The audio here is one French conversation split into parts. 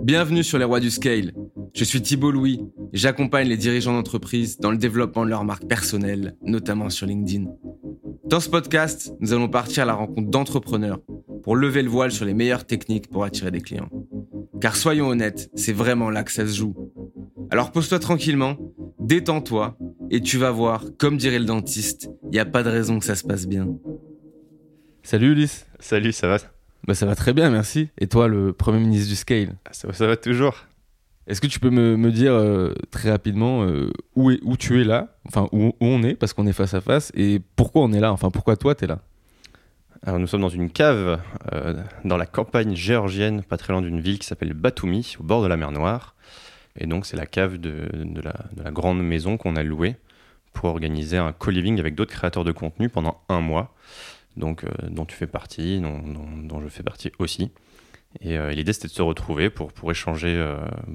Bienvenue sur les rois du scale. Je suis Thibault Louis et j'accompagne les dirigeants d'entreprise dans le développement de leur marque personnelle, notamment sur LinkedIn. Dans ce podcast, nous allons partir à la rencontre d'entrepreneurs pour lever le voile sur les meilleures techniques pour attirer des clients. Car soyons honnêtes, c'est vraiment là que ça se joue. Alors pose-toi tranquillement, détends-toi et tu vas voir, comme dirait le dentiste, il n'y a pas de raison que ça se passe bien. Salut Ulysse. Salut, ça va? Ça va très bien, merci. Et toi, le Premier ministre du Scale? Ça va toujours. Est-ce que tu peux me dire très rapidement où tu es là, enfin où on est, parce qu'on est face à face, et pourquoi on est là, enfin pourquoi toi t'es là? Alors nous sommes dans une cave dans la campagne géorgienne, pas très loin d'une ville qui s'appelle Batumi, au bord de la mer Noire. Et donc c'est la cave de la grande maison qu'on a louée pour organiser un co-living avec d'autres créateurs de contenu pendant 1 mois. Donc, dont tu fais partie, dont je fais partie aussi. Et l'idée, c'était de se retrouver pour échanger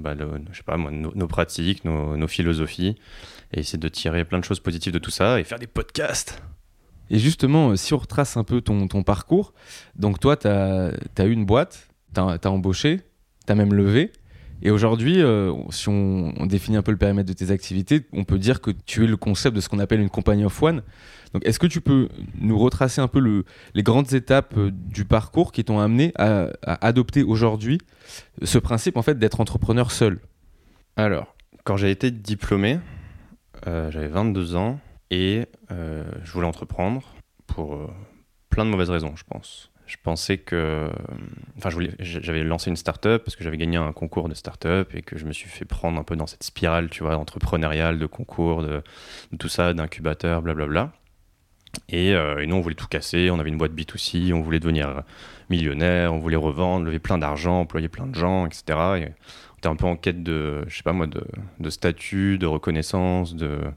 nos pratiques, nos philosophies, et essayer de tirer plein de choses positives de tout ça, et faire des podcasts. Et justement, si on retrace un peu ton parcours, donc toi, tu as eu une boîte, tu as embauché, tu as même levé, et aujourd'hui, si on définit un peu le périmètre de tes activités, on peut dire que tu es le concept de ce qu'on appelle une company of one. Donc, est-ce que tu peux nous retracer un peu les grandes étapes du parcours qui t'ont amené à adopter aujourd'hui ce principe en fait d'être entrepreneur seul? Alors, quand j'ai été diplômé, j'avais 22 ans et je voulais entreprendre pour plein de mauvaises raisons, je pense. Je pensais que... j'avais lancé une start-up parce que j'avais gagné un concours de start-up et que je me suis fait prendre un peu dans cette spirale, tu vois, entrepreneuriale, de concours, de tout ça, d'incubateur, blablabla. Et nous, on voulait tout casser. On avait une boîte B2C, on voulait devenir millionnaire, on voulait revendre, lever plein d'argent, employer plein de gens, etc. Et on était un peu en quête de statut, de reconnaissance.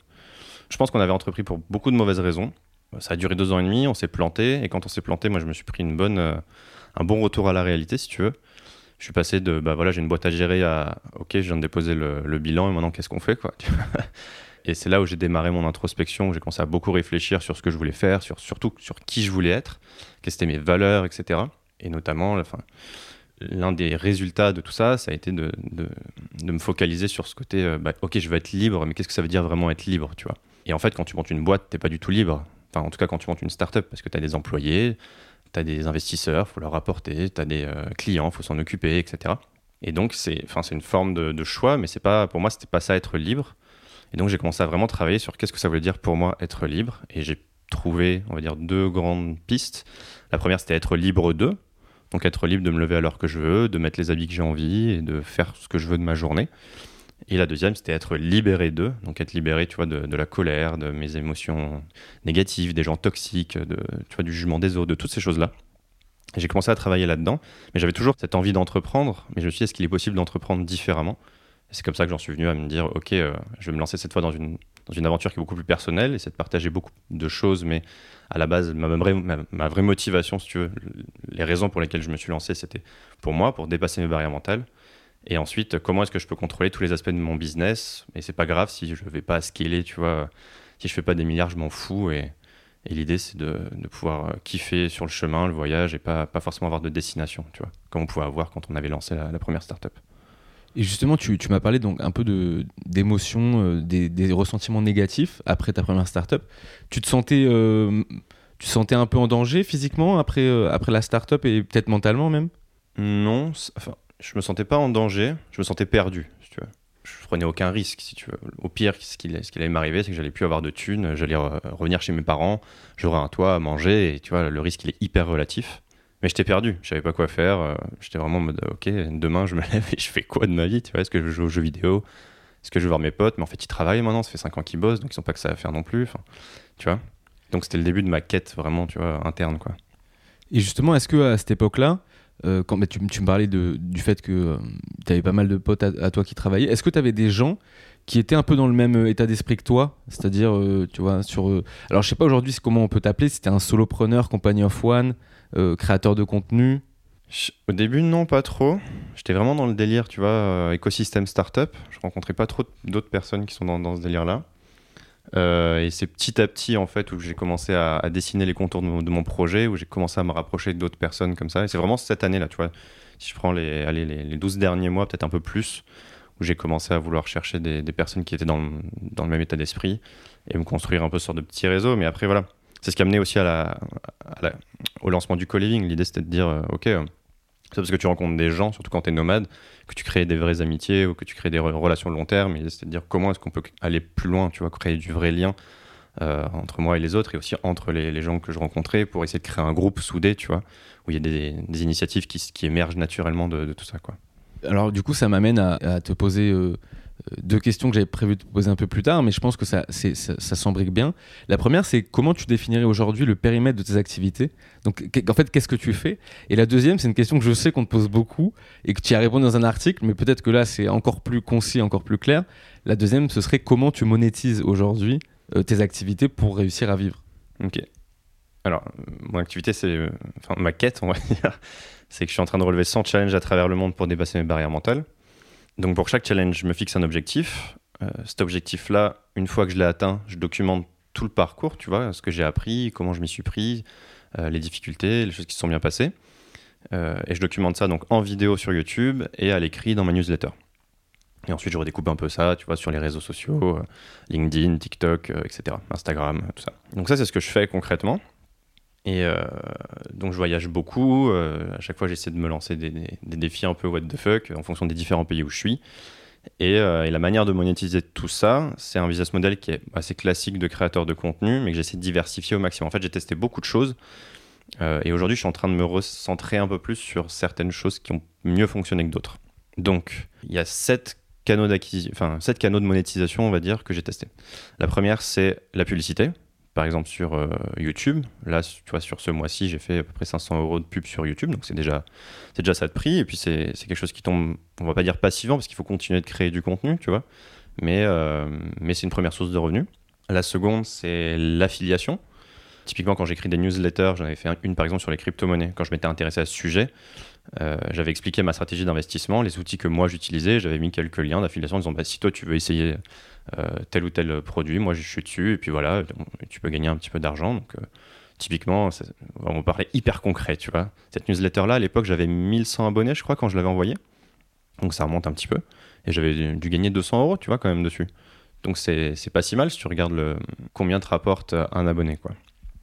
Je pense qu'on avait entrepris pour beaucoup de mauvaises raisons. Ça a duré 2 ans et demi, on s'est planté. Et quand on s'est planté, moi, je me suis pris un bon retour à la réalité, si tu veux. Je suis passé de, j'ai une boîte à gérer à, ok, je viens de déposer le bilan et maintenant, qu'est-ce qu'on fait, quoi. Et c'est là où j'ai démarré mon introspection, où j'ai commencé à beaucoup réfléchir sur ce que je voulais faire, surtout sur qui je voulais être, quelles étaient mes valeurs, etc. Et notamment, l'un des résultats de tout ça, ça a été de me focaliser sur ce côté, ok, je veux être libre, mais qu'est-ce que ça veut dire vraiment être libre, tu vois? Et en fait, quand tu montes une boîte, t'es pas du tout libre. Enfin, en tout cas, quand tu montes une start-up, parce que tu as des employés, tu as des investisseurs, il faut leur rapporter, tu as des clients, il faut s'en occuper, etc. Et donc, c'est une forme de choix, mais pour moi, c'était pas ça, être libre. Et donc, j'ai commencé à vraiment travailler sur qu'est-ce que ça voulait dire pour moi être libre. Et j'ai trouvé, on va dire, 2 grandes pistes. La première, c'était être libre d'eux. Donc, être libre de me lever à l'heure que je veux, de mettre les habits que j'ai envie et de faire ce que je veux de ma journée. Et la deuxième, c'était être libéré d'eux. Donc, être libéré, tu vois, de la colère, de mes émotions négatives, des gens toxiques, du jugement des autres, de toutes ces choses-là. Et j'ai commencé à travailler là-dedans. Mais j'avais toujours cette envie d'entreprendre. Mais je me suis dit, est-ce qu'il est possible d'entreprendre différemment ? Et c'est comme ça que j'en suis venu à me dire, ok, je vais me lancer cette fois dans une aventure qui est beaucoup plus personnelle, et c'est de partager beaucoup de choses, mais à la base, ma vraie motivation, si tu veux, les raisons pour lesquelles je me suis lancé, c'était pour moi, pour dépasser mes barrières mentales. Et ensuite, comment est-ce que je peux contrôler tous les aspects de mon business? Et c'est pas grave si je vais pas scaler, tu vois, si je fais pas des milliards, je m'en fous. Et l'idée, c'est de pouvoir kiffer sur le chemin, le voyage, et pas forcément avoir de destination, tu vois, comme on pouvait avoir quand on avait lancé la première startup. Et justement, tu m'as parlé donc un peu d'émotions, des ressentiments négatifs après ta première startup. Tu te sentais un peu en danger physiquement après la startup et peut-être mentalement même? Non, je me sentais pas en danger, je me sentais perdu, si tu veux. Je prenais aucun risque, si tu veux. Au pire, ce qui allait m'arriver, c'est que j'allais plus avoir de thunes, j'allais revenir chez mes parents, j'aurais un toit à manger, et tu vois, le risque, il est hyper relatif. Mais j'étais perdu, je savais pas quoi faire, j'étais vraiment en mode ok, demain je me lève et je fais quoi de ma vie, tu vois, est-ce que je joue aux jeux vidéo, est-ce que je vais voir mes potes, mais en fait ils travaillent maintenant, ça fait 5 ans qu'ils bossent, donc ils ont pas que ça à faire non plus, tu vois. Donc c'était le début de ma quête vraiment, tu vois, interne, quoi. Et justement, est-ce que à cette époque-là, quand tu me parlais du fait que tu avais pas mal de potes à toi qui travaillaient, est-ce que tu avais des gens qui étaient un peu dans le même état d'esprit que toi, c'est-à-dire, tu vois, alors je sais pas aujourd'hui comment on peut t'appeler, si t'es un solopreneur, company of one, créateur de contenu? Au début, non, pas trop. J'étais vraiment dans le délire, tu vois, écosystème startup. Je rencontrais pas trop d'autres personnes qui sont dans ce délire-là. Et c'est petit à petit, en fait, où j'ai commencé à dessiner les contours de mon projet, où j'ai commencé à me rapprocher d'autres personnes comme ça. Et c'est vraiment cette année-là, tu vois. Si je prends les 12 derniers mois, peut-être un peu plus, où j'ai commencé à vouloir chercher des personnes qui étaient dans le même état d'esprit et me construire un peu sur de petits réseaux. Mais après, voilà, c'est ce qui a amené aussi au lancement du co-living. L'idée, c'était de dire, OK, c'est parce que tu rencontres des gens, surtout quand tu es nomade, que tu crées des vraies amitiés ou que tu crées des relations de long terme. L'idée, c'était de dire comment est-ce qu'on peut aller plus loin, tu vois, créer du vrai lien entre moi et les autres et aussi entre les gens que je rencontrais pour essayer de créer un groupe soudé, tu vois, où il y a des initiatives qui émergent naturellement de tout ça, quoi. Alors du coup, ça m'amène à te poser deux questions que j'avais prévu de te poser un peu plus tard, mais je pense que ça s'embrique bien. La première, c'est comment tu définirais aujourd'hui le périmètre de tes activités ? Donc en fait, qu'est-ce que tu fais ? Et la deuxième, c'est une question que je sais qu'on te pose beaucoup et que tu y as répondu dans un article, mais peut-être que là, c'est encore plus concis, encore plus clair. La deuxième, ce serait comment tu monétises aujourd'hui tes activités pour réussir à vivre. Ok. Alors, mon activité, ma quête, on va dire, c'est que je suis en train de relever 100 challenges à travers le monde pour dépasser mes barrières mentales. Donc, pour chaque challenge, je me fixe un objectif. Cet objectif-là, une fois que je l'ai atteint, je documente tout le parcours, tu vois, ce que j'ai appris, comment je m'y suis pris, les difficultés, les choses qui se sont bien passées. Et je documente ça donc en vidéo sur YouTube et à l'écrit dans ma newsletter. Et ensuite, je redécoupe un peu ça, tu vois, sur les réseaux sociaux, LinkedIn, TikTok, etc., Instagram, tout ça. Donc ça, c'est ce que je fais concrètement. Et donc, je voyage beaucoup. À chaque fois, j'essaie de me lancer des défis un peu what the fuck en fonction des différents pays où je suis. Et la manière de monétiser tout ça, c'est un business model qui est assez classique de créateur de contenu, mais que j'essaie de diversifier au maximum. En fait, j'ai testé beaucoup de choses. Et aujourd'hui, je suis en train de me recentrer un peu plus sur certaines choses qui ont mieux fonctionné que d'autres. Donc, il y a 7 canaux de monétisation, on va dire, que j'ai testé. La première, c'est la publicité. Par exemple, sur YouTube. Là, tu vois, sur ce mois-ci, j'ai fait à peu près 500 € de pub sur YouTube. Donc, c'est déjà ça de prix. Et puis, c'est quelque chose qui tombe, on va pas dire passivant, parce qu'il faut continuer de créer du contenu, tu vois. Mais c'est une première source de revenus. La seconde, c'est l'affiliation. Typiquement, quand j'écris des newsletters, j'en avais fait une, par exemple, sur les crypto-monnaies. Quand je m'étais intéressé à ce sujet, j'avais expliqué ma stratégie d'investissement, les outils que moi j'utilisais. J'avais mis quelques liens d'affiliation en disant si toi, tu veux essayer tel ou tel produit, moi je suis dessus et puis voilà, tu peux gagner un petit peu d'argent. Donc typiquement, on va parler hyper concret, tu vois. Cette newsletter là, à l'époque, j'avais 1100 abonnés, je crois, quand je l'avais envoyée. Donc ça remonte un petit peu et j'avais dû gagner 200 €, tu vois, quand même dessus. Donc c'est pas si mal si tu regardes combien te rapporte un abonné, quoi.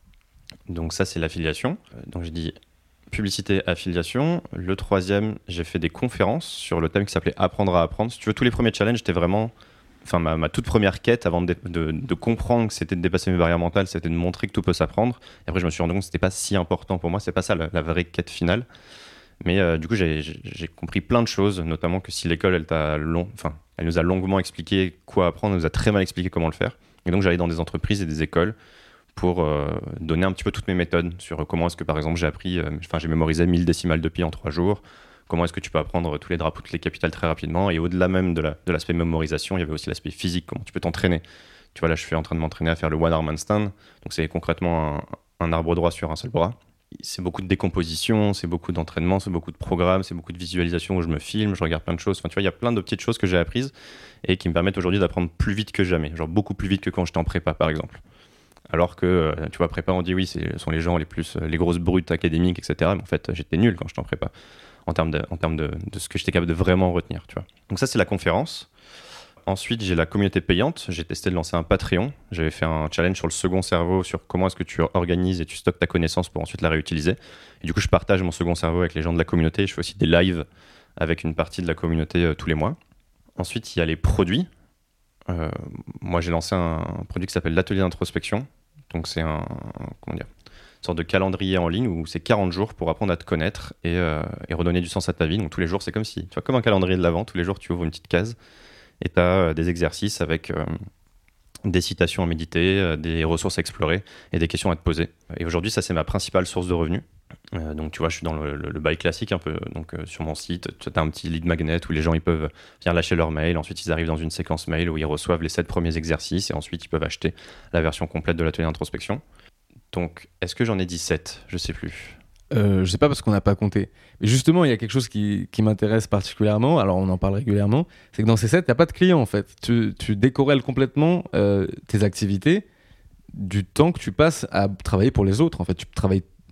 Donc ça, c'est l'affiliation. Donc je dis publicité, affiliation. Le troisième, j'ai fait des conférences sur le thème qui s'appelait apprendre à apprendre. Si tu veux, tous les premiers challenges, j'étais vraiment ma toute première quête avant de comprendre que c'était de dépasser mes barrières mentales, c'était de montrer que tout peut s'apprendre. Et après, je me suis rendu compte que c'était pas si important pour moi. C'est pas ça la vraie quête finale. Mais du coup, j'ai compris plein de choses, notamment que si l'école, elle nous a longuement expliqué quoi apprendre, elle nous a très mal expliqué comment le faire. Et donc, j'allais dans des entreprises et des écoles pour donner un petit peu toutes mes méthodes sur comment est-ce que, par exemple, j'ai mémorisé 1000 décimales de pi en 3 jours. Comment est-ce que tu peux apprendre tous les drapeaux, toutes les capitales très rapidement. Et au-delà même de l'aspect mémorisation, il y avait aussi l'aspect physique, comment tu peux t'entraîner. Tu vois, là, je suis en train de m'entraîner à faire le one arm handstand. Donc, c'est concrètement un arbre droit sur un seul bras. C'est beaucoup de décomposition, c'est beaucoup d'entraînement, c'est beaucoup de programmes, c'est beaucoup de visualisation où je me filme, je regarde plein de choses. Enfin, tu vois, il y a plein de petites choses que j'ai apprises et qui me permettent aujourd'hui d'apprendre plus vite que jamais. Genre beaucoup plus vite que quand j'étais en prépa, par exemple. Alors que, tu vois, prépa, on dit oui, ce sont les gens les grosses brutes académiques, etc. Mais en fait, j'étais nul quand j'étais en prépa, en termes de ce que j'étais capable de vraiment retenir, tu vois. Donc ça, c'est la conférence. Ensuite, j'ai la communauté payante. J'ai testé de lancer un Patreon. J'avais fait un challenge sur le second cerveau, sur comment est-ce que tu organises et tu stockes ta connaissance pour ensuite la réutiliser. Et du coup, je partage mon second cerveau avec les gens de la communauté. Je fais aussi des lives avec une partie de la communauté tous les mois. Ensuite, il y a les produits. Moi, j'ai lancé un produit qui s'appelle l'atelier d'introspection. Donc, c'est une sorte de calendrier en ligne où c'est 40 jours pour apprendre à te connaître et redonner du sens à ta vie. Donc, tous les jours, c'est comme un calendrier de l'Avent. Tous les jours, tu ouvres une petite case et tu as des exercices avec des citations à méditer, des ressources à explorer et des questions à te poser. Et aujourd'hui, ça, c'est ma principale source de revenus. Donc, tu vois, je suis dans le bail classique un peu. Donc, sur mon site, tu as un petit lead magnet où les gens ils peuvent venir lâcher leur mail. Ensuite, ils arrivent dans une séquence mail où ils reçoivent les 7 premiers exercices et ensuite, ils peuvent acheter la version complète de l'atelier d'introspection. Donc, est-ce que j'en ai 17 ? Je sais plus. Je sais pas parce qu'on n'a pas compté. Mais justement, il y a quelque chose qui m'intéresse particulièrement, alors on en parle régulièrement, c'est que dans ces 7, il n'y a pas de clients en fait. Tu décorrèles complètement tes activités du temps que tu passes à travailler pour les autres. En fait, tu travailles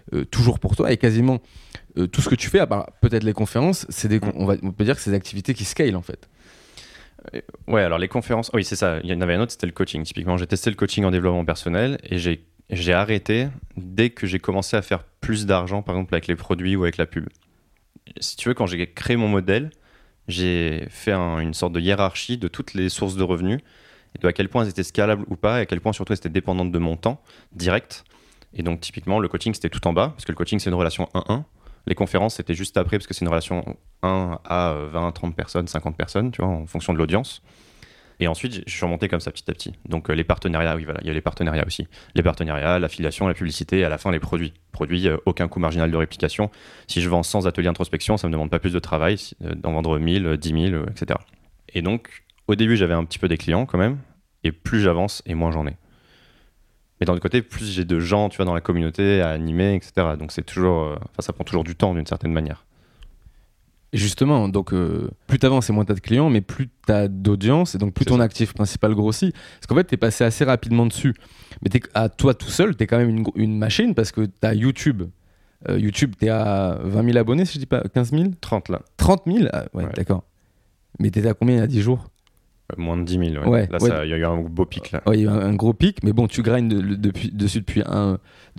toujours pour toi et quasiment tout ce que tu fais, à part peut-être les conférences, on peut dire que c'est des activités qui scale en fait. Ouais, alors les conférences, oui, c'est ça. Il y en avait un autre, c'était le coaching. Typiquement, j'ai testé le coaching en développement personnel et j'ai arrêté dès que j'ai commencé à faire plus d'argent, par exemple avec les produits ou avec la pub. Si tu veux, quand j'ai créé mon modèle, j'ai fait une sorte de hiérarchie de toutes les sources de revenus et de à quel point elles étaient scalables ou pas et à quel point surtout elles étaient dépendantes de mon temps direct. Et donc typiquement, le coaching, c'était tout en bas parce que le coaching, c'est une relation 1-1. Les conférences, c'était juste après parce que c'est une relation 1 à 20, 30 personnes, 50 personnes, tu vois, en fonction de l'audience. Et ensuite, je suis remonté comme ça petit à petit. Donc les partenariats, oui, voilà, il y a les partenariats aussi. Les partenariats, l'affiliation, la publicité, et à la fin, les produits. Produits, aucun coût marginal de réplication. Si je vends 100 ateliers d'introspection, ça ne me demande pas plus de travail d'en vendre 1000, 10 000, etc. Et donc, au début, j'avais un petit peu des clients quand même. Et plus j'avance, et moins j'en ai. Mais d'un autre côté, plus j'ai de gens, tu vois, dans la communauté à animer, etc. Donc c'est toujours, ça prend toujours du temps d'une certaine manière. Et justement, donc plus t'avances et moins t'as de clients, mais plus t'as d'audience et donc plus ton actif principal grossit. Parce qu'en fait, t'es passé assez rapidement dessus. Mais à toi tout seul, t'es quand même une machine parce que t'as YouTube. YouTube, t'es à 20 000 abonnés, si je dis pas 15 000 30 là. 30 000 ouais, d'accord. Mais t'étais à combien il y a 10 jours? Moins de 10 000, ouais. Là, il y a eu un beau pic, là. Ouais, il y a eu un gros pic, mais bon, tu grindes dessus depuis un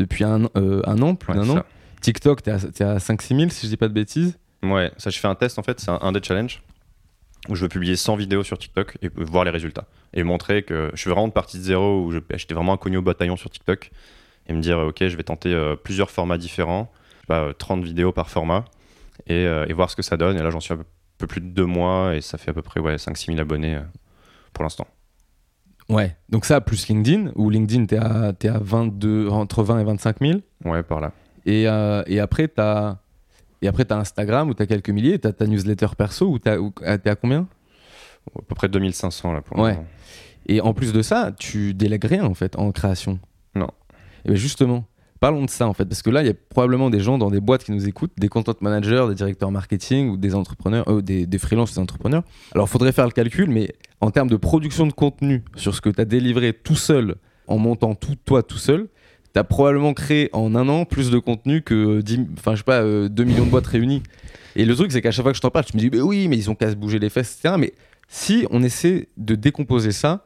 an, plus d'un an. TikTok, t'es à 5-6 000, si je dis pas de bêtises. Ouais, ça, je fais un test, en fait, c'est un des challenges où je veux publier 100 vidéos sur TikTok et voir les résultats. Et montrer que je suis vraiment parti de zéro, où j'étais vraiment inconnu au bataillon sur TikTok, et me dire, ok, je vais tenter plusieurs formats différents, 30 vidéos par format, et voir ce que ça donne. Et là, j'en suis un peu plus de 2 mois, et ça fait à peu près 5-6 000 abonnés pour l'instant. Ouais, donc ça, plus LinkedIn, où LinkedIn, t'es à 22, entre 20 et 25 000. Ouais, par là. Et après, t'as Instagram où t'as quelques milliers, t'as ta newsletter perso où t'es à combien? À peu près 2500 là pour le moment. Et en plus de ça, tu délègues rien en fait en création. Non. Et bien justement, parlons de ça en fait, parce que là, il y a probablement des gens dans des boîtes qui nous écoutent, des content managers, des directeurs marketing ou des entrepreneurs, des freelances, des entrepreneurs. Alors, il faudrait faire le calcul, mais en termes de production de contenu sur ce que tu as délivré tout seul, en montant toi tout seul, tu as probablement créé en un an plus de contenu que 2 millions de boîtes réunies. Et le truc, c'est qu'à chaque fois que je t'en parle, tu me dis bah oui, mais ils ont qu'à se bouger les fesses, etc. Mais si on essaie de décomposer ça,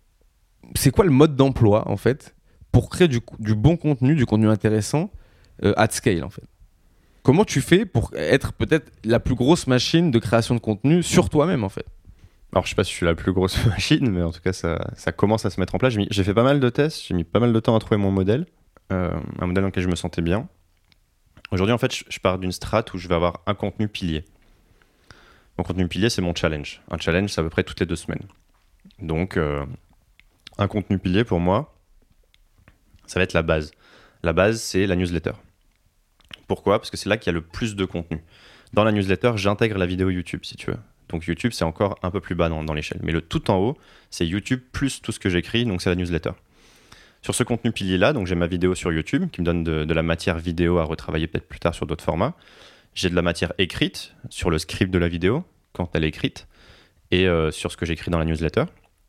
c'est quoi le mode d'emploi en fait pour créer du bon contenu, du contenu intéressant at scale en fait? Comment tu fais pour être peut-être la plus grosse machine de création de contenu sur toi-même en fait? Alors, je sais pas si je suis la plus grosse machine, mais en tout cas, ça commence à se mettre en place. J'ai fait pas mal de tests, j'ai mis pas mal de temps à trouver mon modèle, un modèle dans lequel je me sentais bien. Aujourd'hui, en fait, je pars d'une strate où je vais avoir un contenu pilier. Mon contenu pilier, c'est mon challenge. Un challenge, c'est à peu près toutes les 2 semaines. Donc, un contenu pilier, pour moi, ça va être la base. La base, c'est la newsletter. Pourquoi ? Parce que c'est là qu'il y a le plus de contenu. Dans la newsletter, j'intègre la vidéo YouTube, si tu veux. Donc YouTube, c'est encore un peu plus bas dans l'échelle. Mais le tout en haut, c'est YouTube plus tout ce que j'écris, donc c'est la newsletter. Sur ce contenu pilier-là, donc j'ai ma vidéo sur YouTube qui me donne de la matière vidéo à retravailler peut-être plus tard sur d'autres formats. J'ai de la matière écrite sur le script de la vidéo, quand elle est écrite, et sur ce que j'écris dans la newsletter.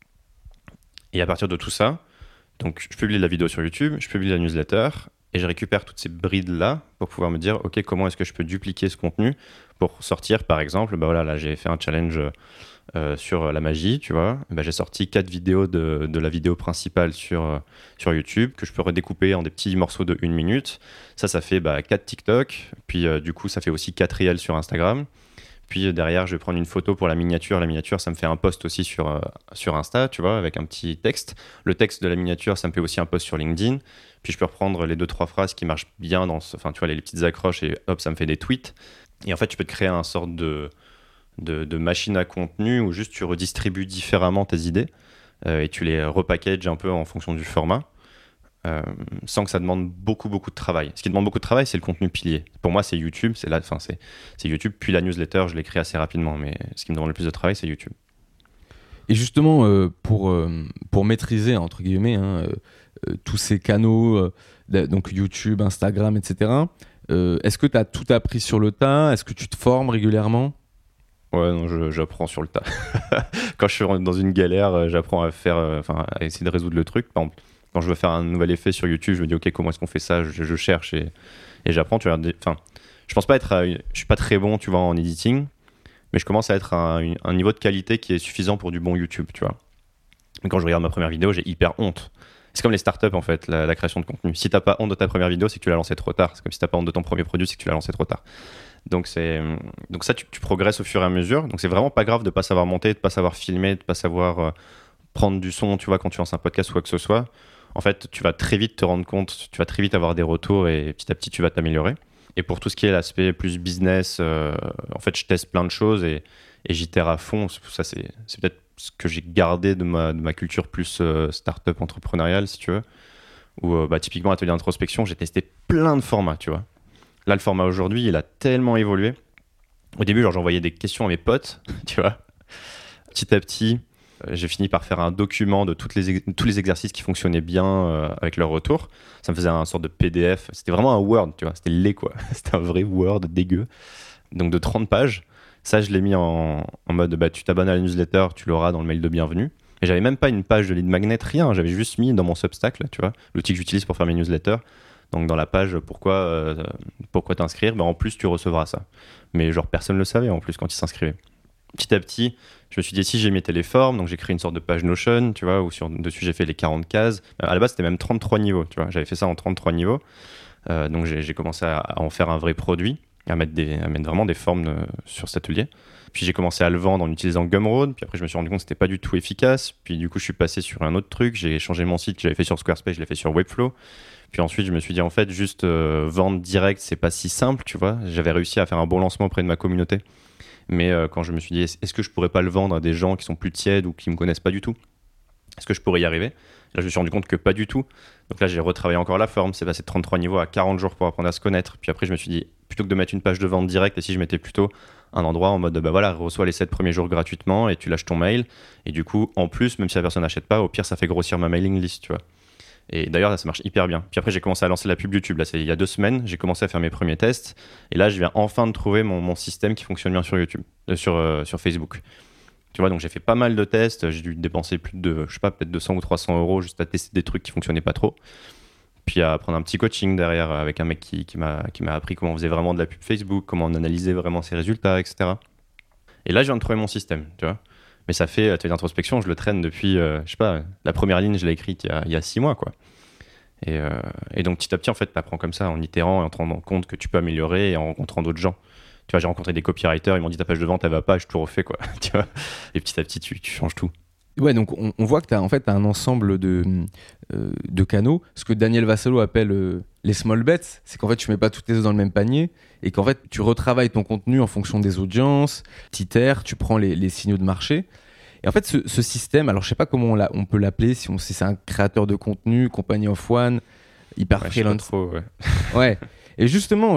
Et à partir de tout ça, donc je publie la vidéo sur YouTube, je publie la newsletter, et je récupère toutes ces brides-là pour pouvoir me dire, OK, comment est-ce que je peux dupliquer ce contenu pour sortir, par exemple, là, j'ai fait un challenge sur la magie, tu vois. J'ai sorti 4 vidéos de la vidéo principale sur YouTube que je peux redécouper en des petits morceaux de 1 minute. Ça fait 4 TikTok, puis du coup, ça fait aussi 4 Reels sur Instagram. Puis derrière, je vais prendre une photo pour la miniature. La miniature, ça me fait un post aussi sur Insta, tu vois, avec un petit texte. Le texte de la miniature, ça me fait aussi un post sur LinkedIn. Puis je peux reprendre les 2-3 phrases qui marchent bien tu vois, les petites accroches et hop, ça me fait des tweets. Et en fait, tu peux te créer un sorte de machine à contenu où juste tu redistribues différemment tes idées et tu les repackages un peu en fonction du format. Sans que ça demande beaucoup de travail. Ce qui demande beaucoup de travail, c'est le contenu pilier. Pour moi, c'est YouTube, c'est YouTube, puis la newsletter, je l'écris assez rapidement, mais ce qui me demande le plus de travail, c'est YouTube. Et justement, pour maîtriser, entre guillemets, tous ces canaux, donc YouTube, Instagram, etc., est-ce que tu as tout appris sur le tas? Est-ce que tu te formes régulièrement? Ouais, non, j'apprends sur le tas. Quand je suis dans une galère, j'apprends à essayer de résoudre le truc. Par exemple, quand je veux faire un nouvel effet sur YouTube, je me dis OK, comment est-ce qu'on fait ça? Je cherche et Et j'apprends, tu vois, enfin, je pense pas être, je suis pas très bon, tu vois, en editing, mais je commence à être à un niveau de qualité qui est suffisant pour du bon YouTube, tu vois. Et quand je regarde ma première vidéo, j'ai hyper honte. C'est comme les startups en fait, la création de contenu. Si t'as pas honte de ta première vidéo, c'est que tu l'as lancée trop tard. C'est comme si t'as pas honte de ton premier produit, c'est que tu l'as lancé trop tard. Donc ça, tu progresses au fur et à mesure. Donc c'est vraiment pas grave de pas savoir monter, de pas savoir filmer, de pas savoir prendre du son, tu vois, quand tu lances un podcast ou quoi que ce soit. En fait, tu vas très vite te rendre compte, tu vas très vite avoir des retours et petit à petit, tu vas t'améliorer. Et pour tout ce qui est l'aspect plus business, en fait, je teste plein de choses et j'itère à fond. Ça, c'est peut-être ce que j'ai gardé de ma culture plus start-up entrepreneuriale, si tu veux. Où, typiquement, atelier d'introspection, j'ai testé plein de formats, tu vois. Là, le format aujourd'hui, il a tellement évolué. Au début, genre, j'envoyais des questions à mes potes, tu vois. Petit à petit, j'ai fini par faire un document de tous les exercices qui fonctionnaient bien avec leur retour. Ça me faisait un sorte de PDF. C'était vraiment un Word, tu vois. C'était laid, quoi. C'était un vrai Word dégueu. Donc, de 30 pages. Ça, je l'ai mis en mode, tu t'abonnes à la newsletter, tu l'auras dans le mail de bienvenue. Et j'avais même pas une page de lead magnet, rien. J'avais juste mis dans mon Substack, là, tu vois, l'outil que j'utilise pour faire mes newsletters. Donc, dans la page, pourquoi t'inscrire, en plus, tu recevras ça. Mais genre, personne ne le savait, en plus, quand ils s'inscrivaient. Petit à petit, je me suis dit, si j'ai mis téléformes, donc j'ai créé une sorte de page Notion, tu vois, où dessus, j'ai fait les 40 cases. À la base, c'était même 33 niveaux, tu vois. J'avais fait ça en 33 niveaux. Donc, j'ai commencé à en faire un vrai produit, à mettre vraiment des formes sur cet atelier. Puis j'ai commencé à le vendre en utilisant Gumroad. Puis après, je me suis rendu compte que c'était pas du tout efficace. Puis du coup, je suis passé sur un autre truc. J'ai changé mon site que j'avais fait sur Squarespace, je l'ai fait sur Webflow. Puis ensuite, je me suis dit, en fait, juste vendre direct, c'est pas si simple, tu vois. J'avais réussi à faire un bon lancement auprès de ma communauté. Mais quand je me suis dit, est-ce que je pourrais pas le vendre à des gens qui sont plus tièdes ou qui me connaissent pas du tout? Est-ce que je pourrais y arriver? Là, je me suis rendu compte que pas du tout. Donc là, j'ai retravaillé encore la forme. C'est passé de 33 niveaux à 40 jours pour apprendre à se connaître. Puis après, je me suis dit, plutôt que de mettre une page de vente directe, et si je mettais plutôt un endroit en mode, reçois les 7 premiers jours gratuitement et tu lâches ton mail. Et du coup, en plus, même si la personne n'achète pas, au pire, ça fait grossir ma mailing list, tu vois. Et d'ailleurs, là, ça marche hyper bien. Puis après, j'ai commencé à lancer la pub YouTube. Là, c'est il y a 2 semaines. J'ai commencé à faire mes premiers tests. Et là, je viens enfin de trouver mon système qui fonctionne bien sur YouTube, sur Facebook. Tu vois, donc j'ai fait pas mal de tests. J'ai dû dépenser plus de, je sais pas, peut-être 200 ou 300 euros juste à tester des trucs qui fonctionnaient pas trop. Puis à prendre un petit coaching derrière avec un mec qui m'a appris comment on faisait vraiment de la pub Facebook, comment on analysait vraiment ses résultats, etc. Et là, je viens de trouver mon système, tu vois. Mais ça fait, atelier d'introspection, je le traîne depuis, je sais pas, la première ligne, je l'ai écrite il y a 6 mois, quoi. Et donc petit à petit, en fait, tu apprends comme ça, en itérant et en te rendant compte que tu peux améliorer et en rencontrant d'autres gens. Tu vois, j'ai rencontré des copywriters, ils m'ont dit ta page de vente, elle va pas, je te refais, quoi. Tu vois. Et petit à petit, tu changes tout. Ouais, donc on voit que tu as en fait un ensemble de canaux. Ce que Daniel Vassallo appelle les small bets, c'est qu'en fait, tu mets pas toutes tes œufs dans le même panier et qu'en fait, tu retravailles ton contenu en fonction des audiences, t'itères, tu prends les signaux de marché. Et en fait, ce système, alors je sais pas comment on peut l'appeler, si c'est un créateur de contenu, company of one, hyper freelance. Je sais pas trop, ouais. Ouais. Et justement,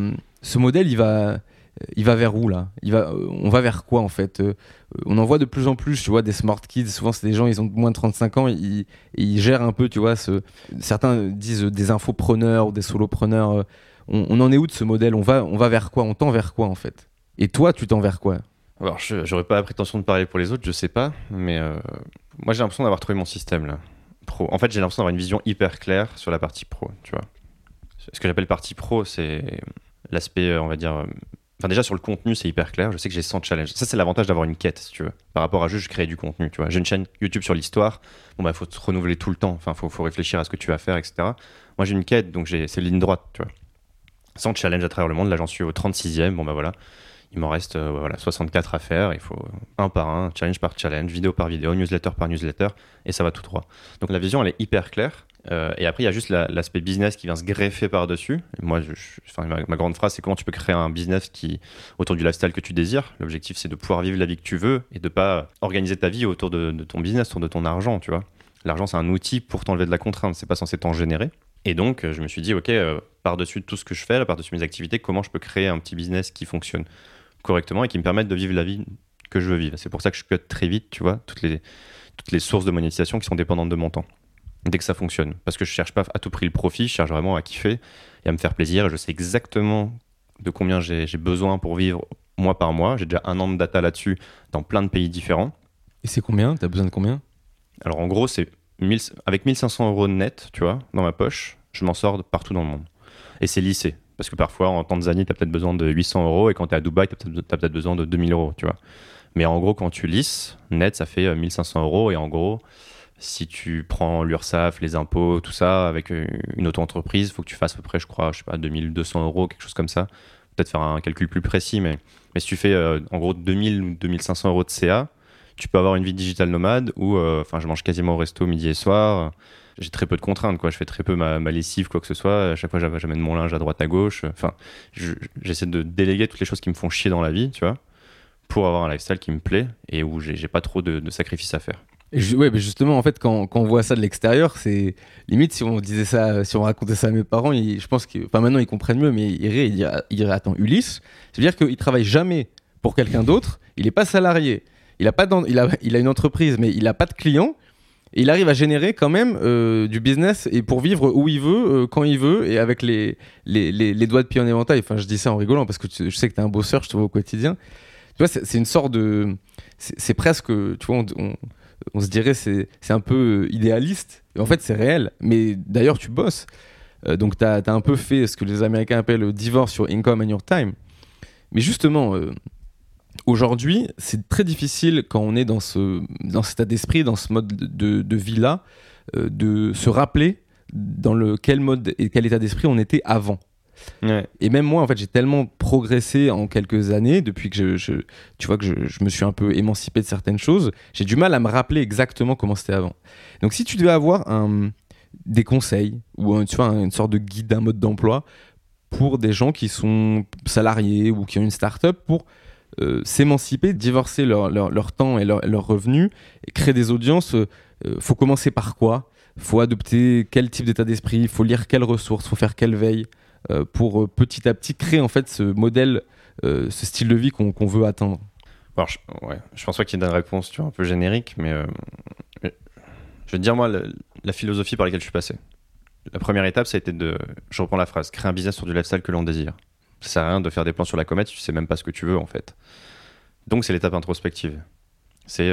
ce modèle, il va vers où là? On va vers quoi en fait? On en voit de plus en plus, tu vois, des smart kids. Souvent, c'est des gens, ils ont moins de 35 ans, ils gèrent un peu, tu vois. Certains disent des infopreneurs ou des solopreneurs. On en est où de ce modèle? On va vers quoi? On tend vers quoi en fait? Et toi, tu tends vers quoi? Alors, j'aurais pas la prétention de parler pour les autres, je sais pas, mais moi j'ai l'impression d'avoir trouvé mon système là, pro. En fait, j'ai l'impression d'avoir une vision hyper claire sur la partie pro, tu vois. Ce que j'appelle partie pro, c'est l'aspect, on va dire. Enfin, déjà sur le contenu, c'est hyper clair. Je sais que j'ai 100 challenges. Ça, c'est l'avantage d'avoir une quête, si tu veux. Par rapport à juste créer du contenu, tu vois. J'ai une chaîne YouTube sur l'histoire. Bon, faut se renouveler tout le temps. Enfin, faut réfléchir à ce que tu vas faire, etc. Moi, j'ai une quête, donc c'est ligne droite, tu vois. 100 challenges à travers le monde. Là, j'en suis au 36e. Bon, voilà. Il m'en reste 64 à faire. Il faut un par un, challenge par challenge, vidéo par vidéo, newsletter par newsletter, et ça va tout droit. Donc la vision, elle est hyper claire. Et après, il y a juste l'aspect business qui vient se greffer par-dessus. Et moi, ma grande phrase, c'est comment tu peux créer un business autour du lifestyle que tu désires. L'objectif, c'est de pouvoir vivre la vie que tu veux et de pas organiser ta vie autour de ton business, autour de ton argent, tu vois. L'argent, c'est un outil pour t'enlever de la contrainte. C'est pas censé t'en générer. Et donc, je me suis dit, OK, par-dessus tout ce que je fais, par-dessus mes activités, comment je peux créer un petit business qui fonctionne correctement et qui me permette de vivre la vie que je veux vivre. C'est pour ça que je cut très vite, tu vois, toutes les sources de monétisation qui sont dépendantes de mon temps. Dès que ça fonctionne. Parce que je cherche pas à tout prix le profit, je cherche vraiment à kiffer et à me faire plaisir. Et je sais exactement de combien j'ai besoin pour vivre mois par mois. J'ai déjà 1 an de data là-dessus dans plein de pays différents. Et c'est combien? T'as besoin de combien? Alors en gros, c'est avec 1500 € net, tu vois, dans ma poche, je m'en sors partout dans le monde. Et c'est lissé. Parce que parfois, en Tanzanie, tu as peut-être besoin de 800 euros et quand tu es à Dubaï, tu as peut-être besoin de 2000 euros, tu vois. Mais en gros, quand tu lisses, net, ça fait 1500 euros. Et en gros, si tu prends l'URSSAF, les impôts, tout ça, avec une auto-entreprise, il faut que tu fasses à peu près, je crois, 2200 euros, quelque chose comme ça. Peut-être faire un calcul plus précis, mais si tu fais en gros 2000 ou 2500 euros de CA, tu peux avoir une vie digital nomade où je mange quasiment au resto midi et soir. J'ai très peu de contraintes, quoi. Je fais très peu ma lessive, quoi que ce soit. À chaque fois, j'amène mon linge à droite, à gauche. Enfin, j'essaie de déléguer toutes les choses qui me font chier dans la vie, tu vois, pour avoir un lifestyle qui me plaît et où j'ai pas trop de sacrifices à faire. Ouais, mais justement, en fait, quand on voit ça de l'extérieur, c'est limite si on disait ça, si on racontait ça à mes parents, je pense que, enfin, maintenant ils comprennent mieux, mais ils diraient, attends, Ulysse, c'est-à-dire qu'il travaille jamais pour quelqu'un d'autre, il est pas salarié, il a une entreprise, mais il a pas de clients. Et il arrive à générer quand même du business et pour vivre où il veut, quand il veut et avec les doigts de pied en éventail. Enfin, je dis ça en rigolant parce que je sais que tu es un bosseur, je te vois au quotidien. Tu vois, c'est une sorte de... C'est presque... Tu vois, on se dirait c'est un peu idéaliste. Et en fait, c'est réel. Mais d'ailleurs, tu bosses. Donc, tu as un peu fait ce que les Américains appellent divorce your income and your time. Mais justement... Aujourd'hui, c'est très difficile quand on est dans cet état d'esprit, dans ce mode de vie-là, de se rappeler dans quel mode et quel état d'esprit on était avant. Ouais. Et même moi, en fait, j'ai tellement progressé en quelques années, depuis que tu vois que je me suis un peu émancipé de certaines choses, j'ai du mal à me rappeler exactement comment c'était avant. Donc si tu devais avoir des conseils ou tu vois, une sorte de guide, un mode d'emploi pour des gens qui sont salariés ou qui ont une start-up pour s'émanciper, divorcer leur temps et leurs revenus, et créer des audiences, faut commencer par quoi ? Faut adopter quel type d'état d'esprit ? Faut lire quelles ressources ? Faut faire quelle veille ? Pour petit à petit créer en fait ce modèle, ce style de vie qu'on veut atteindre. Alors, je pense pas qu'il y ait une réponse, tu vois, un peu générique, mais je vais te dire moi la philosophie par laquelle je suis passé. La première étape, ça a été je reprends la phrase, créer un business sur du lifestyle que l'on désire. Ça sert à rien de faire des plans sur la comète si tu sais même pas ce que tu veux en fait. Donc c'est l'étape introspective. C'est,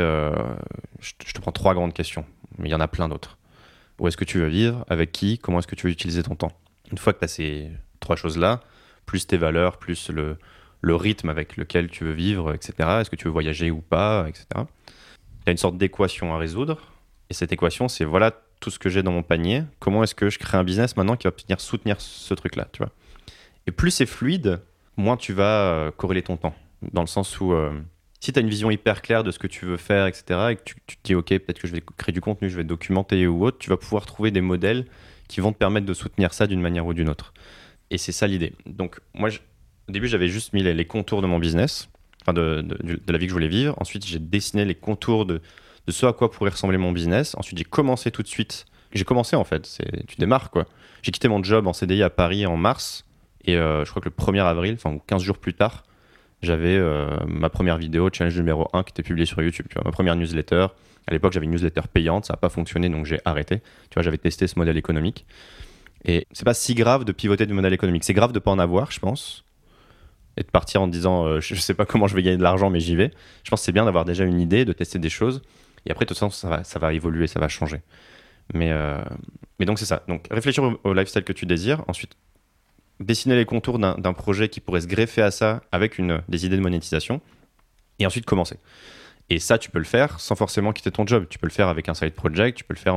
je te prends 3 grandes questions, mais il y en a plein d'autres. Où est-ce que tu veux vivre ? Avec qui ? Comment est-ce que tu veux utiliser ton temps ? Une fois que tu as ces 3 choses-là, plus tes valeurs, plus le rythme avec lequel tu veux vivre, etc. Est-ce que tu veux voyager ou pas, etc. Tu as une sorte d'équation à résoudre. Et cette équation, c'est voilà tout ce que j'ai dans mon panier. Comment est-ce que je crée un business maintenant qui va venir soutenir ce truc-là, tu vois ? Et plus c'est fluide, moins tu vas corréler ton temps. Dans le sens où si tu as une vision hyper claire de ce que tu veux faire, etc., et que tu te dis, OK, peut-être que je vais créer du contenu, je vais documenter ou autre, tu vas pouvoir trouver des modèles qui vont te permettre de soutenir ça d'une manière ou d'une autre. Et c'est ça l'idée. Donc moi, au début, j'avais juste mis les contours de mon business, enfin de la vie que je voulais vivre. Ensuite, j'ai dessiné les contours de ce à quoi pourrait ressembler mon business. Ensuite, j'ai commencé tout de suite. J'ai commencé en fait, tu démarres quoi. J'ai quitté mon job en CDI à Paris en mars. Et je crois que le 1er avril, enfin 15 jours plus tard, j'avais ma première vidéo, challenge numéro 1, qui était publiée sur YouTube. Tu vois, ma première newsletter. À l'époque, j'avais une newsletter payante, ça n'a pas fonctionné, donc j'ai arrêté. Tu vois, j'avais testé ce modèle économique. Et c'est pas si grave de pivoter du modèle économique. C'est grave de pas en avoir, je pense. Et de partir en disant, je sais pas comment je vais gagner de l'argent, mais j'y vais. Je pense que c'est bien d'avoir déjà une idée, de tester des choses. Et après, de toute façon, ça va évoluer, ça va changer. Mais donc, c'est ça. Donc, réfléchir au lifestyle que tu désires. Ensuite, dessiner les contours d'un projet qui pourrait se greffer à ça avec des idées de monétisation. Et ensuite, commencer. Et ça, tu peux le faire sans forcément quitter ton job. Tu peux le faire avec un side project, tu peux le faire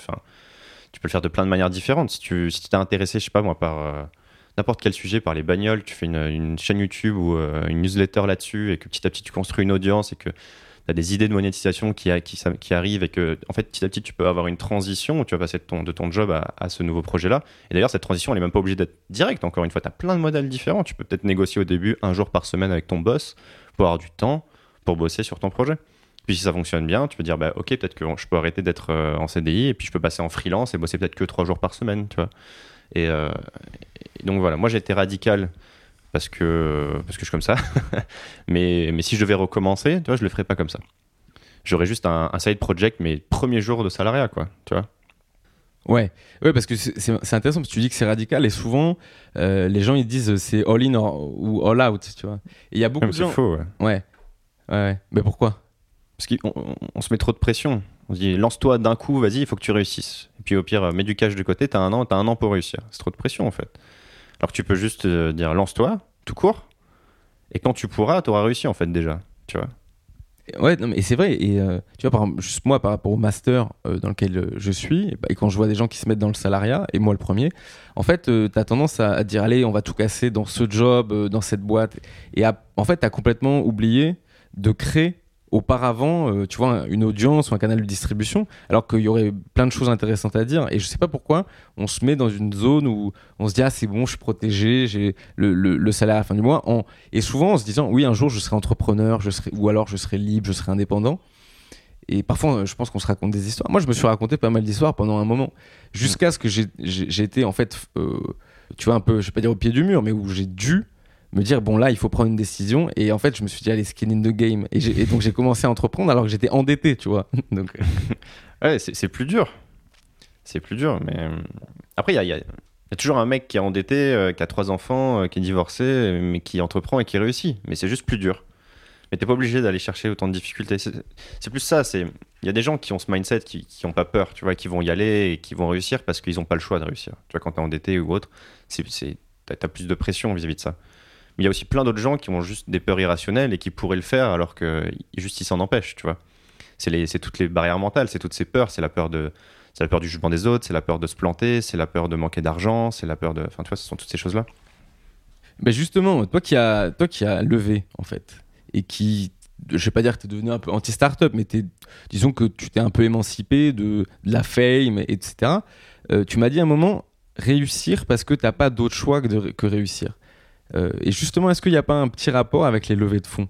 tu peux le faire de plein de manières différentes. Si tu t'es intéressé, je sais pas moi, par n'importe quel sujet, par les bagnoles, tu fais une chaîne YouTube ou une newsletter là-dessus et que petit à petit tu construis une audience et que tu as des idées de monétisation qui arrivent et que en fait petit à petit tu peux avoir une transition où tu vas passer de ton job à ce nouveau projet-là. Et d'ailleurs cette transition elle est même pas obligée d'être directe. Encore une fois, tu as plein de modèles différents. Tu peux peut-être négocier au début 1 jour par semaine avec ton boss pour avoir du temps pour bosser sur ton projet. Puis si ça fonctionne bien, tu peux dire bah ok, peut-être que je peux arrêter d'être en CDI et puis je peux passer en freelance et bosser peut-être que 3 jours par semaine, tu vois. Et donc voilà, moi j'ai été radical parce que je suis comme ça. mais si je devais recommencer, tu vois, je le ferais pas comme ça. J'aurais juste un side project, mais premier jour de salariat, quoi, tu vois. Ouais, parce que c'est intéressant parce que tu dis que c'est radical et souvent les gens ils disent c'est all in ou all out, tu vois. Et il y a beaucoup de gens. C'est faux, ouais. Ouais. Mais pourquoi ? Parce qu'on se met trop de pression. On se dit lance-toi d'un coup, vas-y, il faut que tu réussisses. Et puis au pire, mets du cash de côté, t'as un an pour réussir. C'est trop de pression en fait. Alors que tu peux juste dire lance-toi, tout court, et quand tu pourras, tu auras réussi en fait déjà, tu vois. Ouais, non, mais c'est vrai. Et tu vois, par exemple, juste moi, par rapport au master dans lequel je suis, et quand je vois des gens qui se mettent dans le salariat, et moi le premier, en fait, tu as tendance à dire, allez, on va tout casser dans ce job, dans cette boîte. Et en fait, tu as complètement oublié de créer auparavant, tu vois, une audience ou un canal de distribution, alors qu'il y aurait plein de choses intéressantes à dire. Et je sais pas pourquoi on se met dans une zone où on se dit, ah, c'est bon, je suis protégé, j'ai le salaire à la fin du mois. Et souvent en se disant, oui, un jour je serai entrepreneur, ou alors je serai libre, je serai indépendant. Et parfois, je pense qu'on se raconte des histoires. Moi, je me suis raconté pas mal d'histoires pendant un moment, jusqu'à ce que j'ai été, en fait, tu vois, un peu, je vais pas dire au pied du mur, mais où j'ai dû me dire, bon, là, il faut prendre une décision. Et en fait, je me suis dit, allez, skin in the game. Et donc, j'ai commencé à entreprendre alors que j'étais endetté, tu vois. Donc, Ouais, c'est plus dur. C'est plus dur, mais après, il y a toujours un mec qui est endetté, qui a 3 enfants, qui est divorcé, mais qui entreprend et qui réussit. Mais c'est juste plus dur. Mais t'es pas obligé d'aller chercher autant de difficultés. C'est plus ça. Il y a des gens qui ont ce mindset, qui ont pas peur, tu vois, qui vont y aller et qui vont réussir parce qu'ils ont pas le choix de réussir. Tu vois, quand t'es endetté ou autre, t'as plus de pression vis-à-vis de ça. Mais il y a aussi plein d'autres gens qui ont juste des peurs irrationnelles et qui pourraient le faire alors que juste ils s'en empêchent, tu vois. C'est toutes les barrières mentales, c'est toutes ces peurs, c'est la peur du jugement des autres, c'est la peur de se planter, c'est la peur de manquer d'argent, c'est la peur de... Enfin, tu vois, ce sont toutes ces choses-là. ben justement, toi qui as levé, en fait, et qui, je vais pas dire que t'es devenu un peu anti-startup, mais disons que tu t'es un peu émancipé de la fame, etc. Tu m'as dit à un moment, réussir parce que t'as pas d'autre choix que réussir. Et justement, est-ce qu'il n'y a pas un petit rapport avec les levées de fonds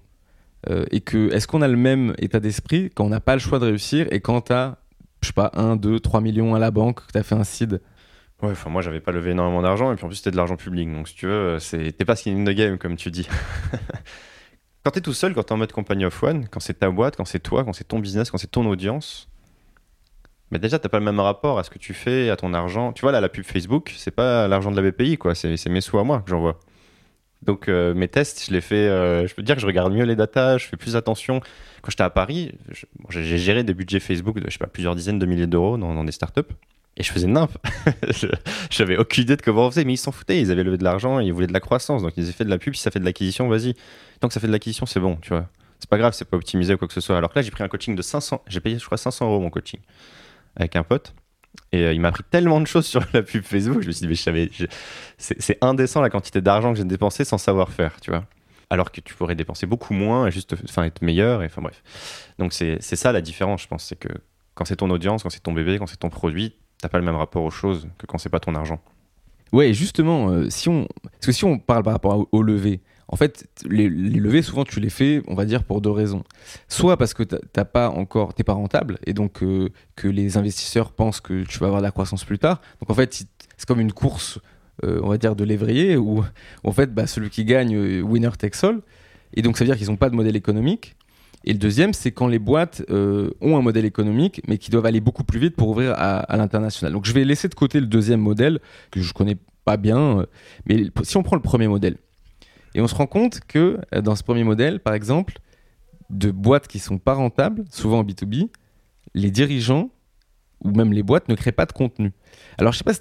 est-ce qu'on a le même état d'esprit quand on n'a pas le choix de réussir et quand tu as, je sais pas, 1, 2, 3 millions à la banque, que tu as fait un seed? Ouais, enfin, moi, j'avais pas levé énormément d'argent et puis en plus, c'était de l'argent public. Donc, si tu veux, t'es pas skin in the game, comme tu dis. Quand t'es tout seul, quand t'es en mode company of one, quand c'est ta boîte, quand c'est toi, quand c'est ton business, quand c'est ton audience, mais déjà, t'as pas le même rapport à ce que tu fais, à ton argent. Tu vois, là, la pub Facebook, c'est pas l'argent de la BPI, quoi. C'est mes sous à moi que j'envoie. Donc mes tests, je les fais, je peux te dire que je regarde mieux les datas, je fais plus attention. Quand j'étais à Paris, j'ai géré des budgets Facebook de, je sais pas, plusieurs dizaines de milliers d'euros dans des startups. Et je faisais nimp. J'avais aucune idée de comment on faisait, mais ils s'en foutaient. Ils avaient levé de l'argent, ils voulaient de la croissance. Donc ils avaient fait de la pub, si ça fait de l'acquisition, vas-y. Tant que ça fait de l'acquisition, c'est bon, tu vois. C'est pas grave, c'est pas optimisé ou quoi que ce soit. Alors que là, j'ai pris un coaching de 500, j'ai payé, je crois, 500 euros mon coaching avec un pote. Et il m'a appris tellement de choses sur la pub Facebook, je me suis dit, mais c'est indécent la quantité d'argent que j'ai dépensé sans savoir faire, tu vois. Alors que tu pourrais dépenser beaucoup moins et juste être meilleur, et enfin bref. Donc c'est ça la différence, je pense, c'est que quand c'est ton audience, quand c'est ton bébé, quand c'est ton produit, t'as pas le même rapport aux choses que quand c'est pas ton argent. Ouais, et justement, parce que si on parle par rapport au lever, en fait, les levées, souvent, tu les fais, on va dire, pour 2 raisons. Soit parce que t'es pas rentable, et donc que les investisseurs pensent que tu vas avoir de la croissance plus tard. Donc, en fait, c'est comme une course, on va dire, de lévrier, où en fait, celui qui gagne, winner takes all. Et donc, ça veut dire qu'ils n'ont pas de modèle économique. Et le deuxième, c'est quand les boîtes ont un modèle économique, mais qui doivent aller beaucoup plus vite pour ouvrir à l'international. Donc, je vais laisser de côté le deuxième modèle, que je connais pas bien. Mais si on prend le premier modèle, et on se rend compte que dans ce premier modèle, par exemple, de boîtes qui sont pas rentables, souvent en B2B, les dirigeants ou même les boîtes ne créent pas de contenu. Alors, je sais pas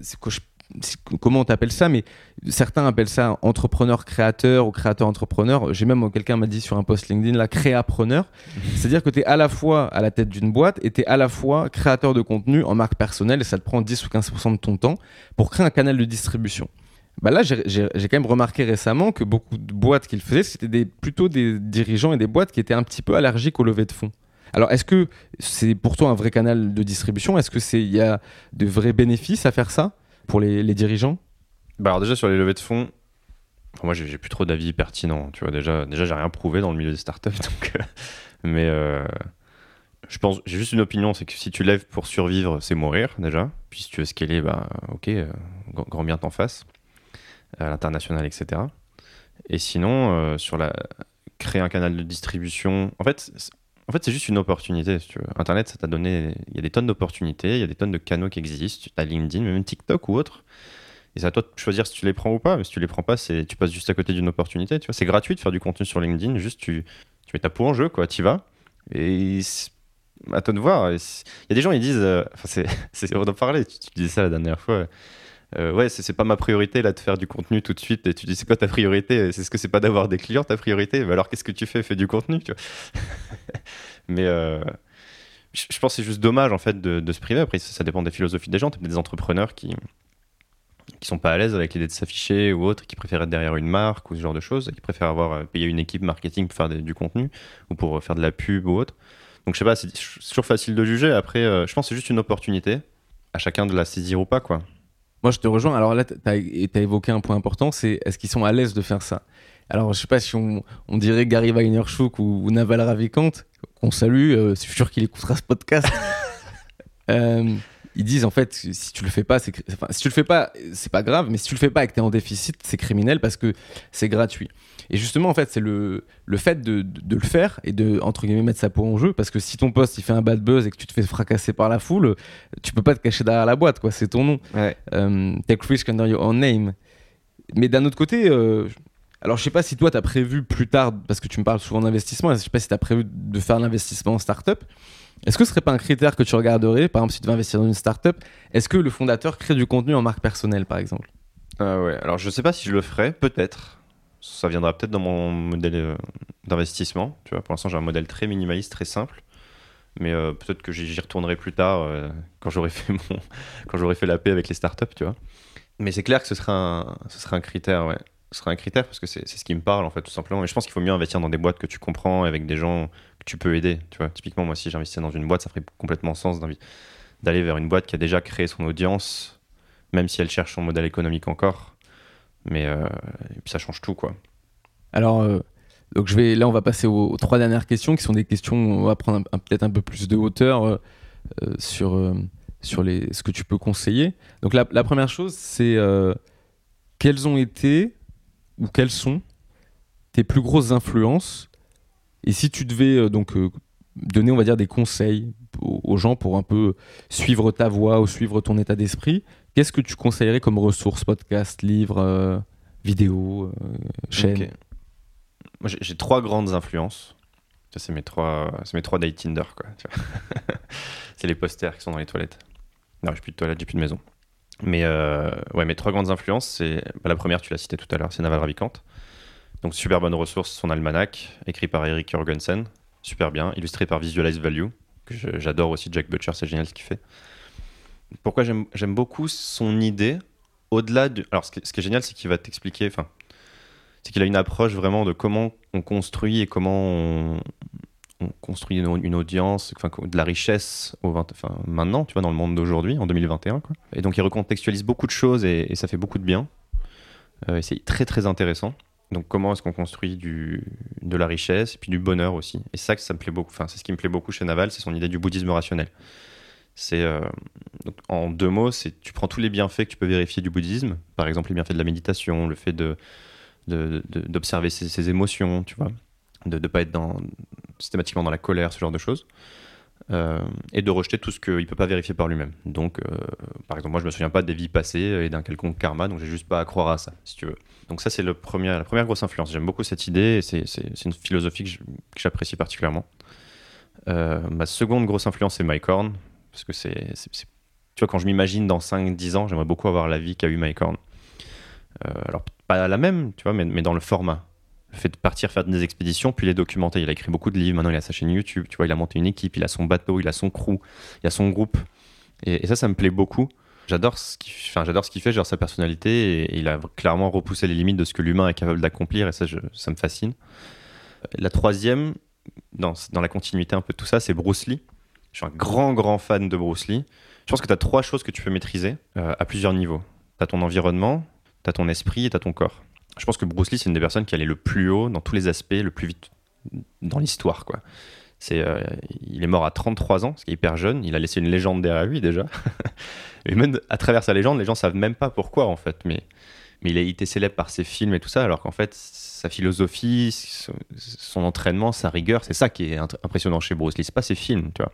comment on t'appelle ça, mais certains appellent ça entrepreneur-créateur ou créateur-entrepreneur. J'ai même, quelqu'un m'a dit sur un post LinkedIn, là, créapreneur. C'est-à-dire que tu es à la fois à la tête d'une boîte et tu es à la fois créateur de contenu en marque personnelle et ça te prend 10 ou 15% de ton temps pour créer un canal de distribution. Là, j'ai quand même remarqué récemment que beaucoup de boîtes qui le faisaient, c'était plutôt des dirigeants et des boîtes qui étaient un petit peu allergiques aux levées de fonds. Alors, est-ce que c'est pour toi un vrai canal de distribution? Est-ce qu'il y a de vrais bénéfices à faire ça pour les dirigeants? Alors déjà, sur les levées de fonds, moi, j'ai plus trop d'avis pertinents. Tu vois, déjà j'ai rien prouvé dans le milieu des startups. Mais je pense, j'ai juste une opinion, c'est que si tu lèves pour survivre, c'est mourir déjà. Puis si tu veux scaler, ok, grand bien t'en face. À l'international, etc. Et sinon, créer un canal de distribution, en fait, c'est juste une opportunité. Si tu veux. Internet, ça t'a donné, il y a des tonnes d'opportunités, il y a des tonnes de canaux qui existent, tu as LinkedIn, même TikTok ou autre. Et c'est à toi de choisir si tu les prends ou pas. Mais si tu les prends pas, tu passes juste à côté d'une opportunité. Tu vois, c'est gratuit de faire du contenu sur LinkedIn. Juste, tu mets ta peau en jeu, quoi. Tu y vas. Et à toi de voir. Il y a des gens, ils disent, on en parlait. Tu disais ça la dernière fois. Ouais, c'est pas ma priorité là de faire du contenu tout de suite. Et tu dis, c'est quoi ta priorité? C'est ce que c'est pas d'avoir des clients ta priorité? Mais alors qu'est-ce que tu fais? Fais du contenu, tu vois. Mais je pense que c'est juste dommage en fait de se priver. Après, ça dépend des philosophies des gens. T'as des entrepreneurs qui sont pas à l'aise avec l'idée de s'afficher ou autre, qui préfèrent être derrière une marque ou ce genre de choses, et qui préfèrent avoir payé une équipe marketing pour faire du contenu ou pour faire de la pub ou autre. Donc je sais pas, c'est toujours facile de juger. Après, je pense que c'est juste une opportunité, à chacun de la saisir ou pas, quoi. Moi, je te rejoins. Alors là, t'as évoqué un point important, c'est est-ce qu'ils sont à l'aise de faire ça? Alors, je sais pas si on dirait Gary Vaynerchuk ou Naval Ravikant, qu'on salue, je suis sûr qu'il écoutera ce podcast. Ils disent en fait, si tu le fais pas, si tu le fais pas, c'est pas grave, mais si tu le fais pas et que t'es en déficit, c'est criminel parce que c'est gratuit. Et justement, en fait, c'est le fait de le faire et de, entre guillemets, mettre sa peau en jeu, parce que si ton poste il fait un bad buzz et que tu te fais fracasser par la foule, tu peux pas te cacher derrière la boîte, quoi. C'est ton nom. Ouais. Take risk under your own name. Mais d'un autre côté, alors je sais pas si toi t'as prévu plus tard, parce que tu me parles souvent d'investissement, je sais pas si t'as prévu de faire l'investissement en start-up. Est-ce que ce serait pas un critère que tu regarderais, par exemple si tu veux investir dans une start-up, est-ce que le fondateur crée du contenu en marque personnelle par exemple? Ouais. Alors je sais pas si je le ferai, peut-être. Ça viendra peut-être dans mon modèle d'investissement. Tu vois, pour l'instant j'ai un modèle très minimaliste, très simple. Mais peut-être que j'y retournerai plus tard quand j'aurai fait la paix avec les startups, tu vois. Mais c'est clair que ce sera un critère, ouais. Ce sera un critère parce que c'est ce qui me parle en fait tout simplement. Et je pense qu'il faut mieux investir dans des boîtes que tu comprends avec des gens que tu peux aider. Tu vois, typiquement moi si j'investissais dans une boîte, ça ferait complètement sens d'aller vers une boîte qui a déjà créé son audience, même si elle cherche son modèle économique encore. Mais et puis ça change tout quoi. Alors donc là on va passer aux 3 dernières questions qui sont des questions où on va prendre peut-être un peu plus de hauteur sur ce que tu peux conseiller. Donc la première chose c'est quelles ont été ou quelles sont tes plus grosses influences, et si tu devais donner on va dire des conseils aux gens pour un peu suivre ta voie ou suivre ton état d'esprit, qu'est-ce que tu conseillerais comme ressources, podcast, livres, vidéos, chaînes? Okay. Moi j'ai 3 grandes influences. Ça c'est mes trois dates Tinder quoi. Tu vois. C'est les posters qui sont dans les toilettes. Non, j'ai plus de toilette, j'ai plus de maison. Mais ouais, mes 3 grandes influences, c'est la première, tu l'as citée tout à l'heure, c'est Naval Ravikant. Donc super bonne ressource, son almanach, écrit par Eric Jørgensen, super bien, illustré par Visualize Value, que j'adore aussi. Jack Butcher, c'est génial ce qu'il fait. Pourquoi j'aime beaucoup son idée, au-delà du... Alors ce qui est génial, c'est qu'il va t'expliquer, c'est qu'il a une approche vraiment de comment on construit et comment on construit une audience, de la richesse maintenant, tu vois, dans le monde d'aujourd'hui, en 2021. Quoi. Et donc il recontextualise beaucoup de choses et ça fait beaucoup de bien. Et c'est très très intéressant. Donc comment est-ce qu'on construit de la richesse et puis du bonheur aussi. Et ça me plaît beaucoup. C'est ce qui me plaît beaucoup chez Naval, c'est son idée du bouddhisme rationnel. C'est donc, en 2 mots, c'est tu prends tous les bienfaits que tu peux vérifier du bouddhisme, par exemple les bienfaits de la méditation, le fait d'observer ses émotions, tu vois, de ne pas être systématiquement dans la colère, ce genre de choses, et de rejeter tout ce qu'il ne peut pas vérifier par lui-même. Donc, par exemple, moi, je ne me souviens pas des vies passées et d'un quelconque karma, donc je n'ai juste pas à croire à ça, si tu veux. Donc ça, c'est la première grosse influence. J'aime beaucoup cette idée et c'est une philosophie que j'apprécie particulièrement. Ma seconde grosse influence, c'est Mike Horn, parce que tu vois, quand je m'imagine dans 5-10 ans, j'aimerais beaucoup avoir la vie qu'a eu Mike Horn. Alors, pas la même, tu vois, mais dans le format. Le fait de partir faire des expéditions, puis les documenter. Il a écrit beaucoup de livres, maintenant il a sa chaîne YouTube, tu vois, il a monté une équipe, il a son bateau, il a son crew, il a son groupe. Et ça me plaît beaucoup. J'adore ce qu'il fait, j'adore sa personnalité, et il a clairement repoussé les limites de ce que l'humain est capable d'accomplir, et ça me fascine. La troisième, dans la continuité un peu de tout ça, c'est Bruce Lee. Je suis un grand fan de Bruce Lee. Je pense que tu as 3 choses que tu peux maîtriser à plusieurs niveaux. Tu as ton environnement, tu as ton esprit et tu as ton corps. Je pense que Bruce Lee, c'est une des personnes qui allait le plus haut dans tous les aspects, le plus vite dans l'histoire, quoi. Il est mort à 33 ans, ce qui est hyper jeune. Il a laissé une légende derrière lui déjà. Et même à travers sa légende, les gens savent même pas pourquoi en fait. Mais il a été célèbre par ses films et tout ça, alors qu'en fait, sa philosophie, son entraînement, sa rigueur, c'est ça qui est impressionnant chez Bruce Lee. C'est pas ses films, tu vois.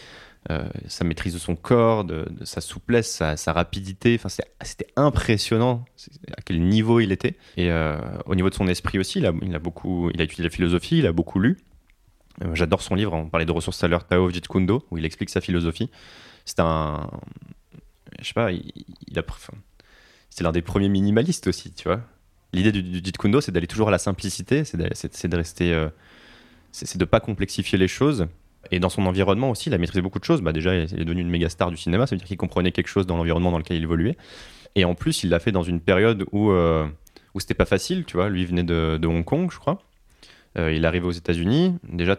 Sa maîtrise de son corps, de sa souplesse, sa rapidité. C'était impressionnant à quel niveau il était. Et au niveau de son esprit aussi, il a étudié la philosophie, il a beaucoup lu. J'adore son livre, on parlait de ressources tout à l'heure, Tao of Jeet Kune Do, où il explique sa philosophie. C'est je sais pas, c'est l'un des premiers minimalistes aussi, tu vois. L'idée du Jeet Kune Do, c'est d'aller toujours à la simplicité, c'est de rester, c'est de pas complexifier les choses. Et dans son environnement aussi, il a maîtrisé beaucoup de choses. Bah déjà, il est devenu une méga star du cinéma, ça veut dire qu'il comprenait quelque chose dans l'environnement dans lequel il évoluait. Et en plus, il l'a fait dans une période où c'était pas facile, tu vois. Lui, il venait de Hong Kong, je crois. Il est arrivé aux États-Unis. Déjà,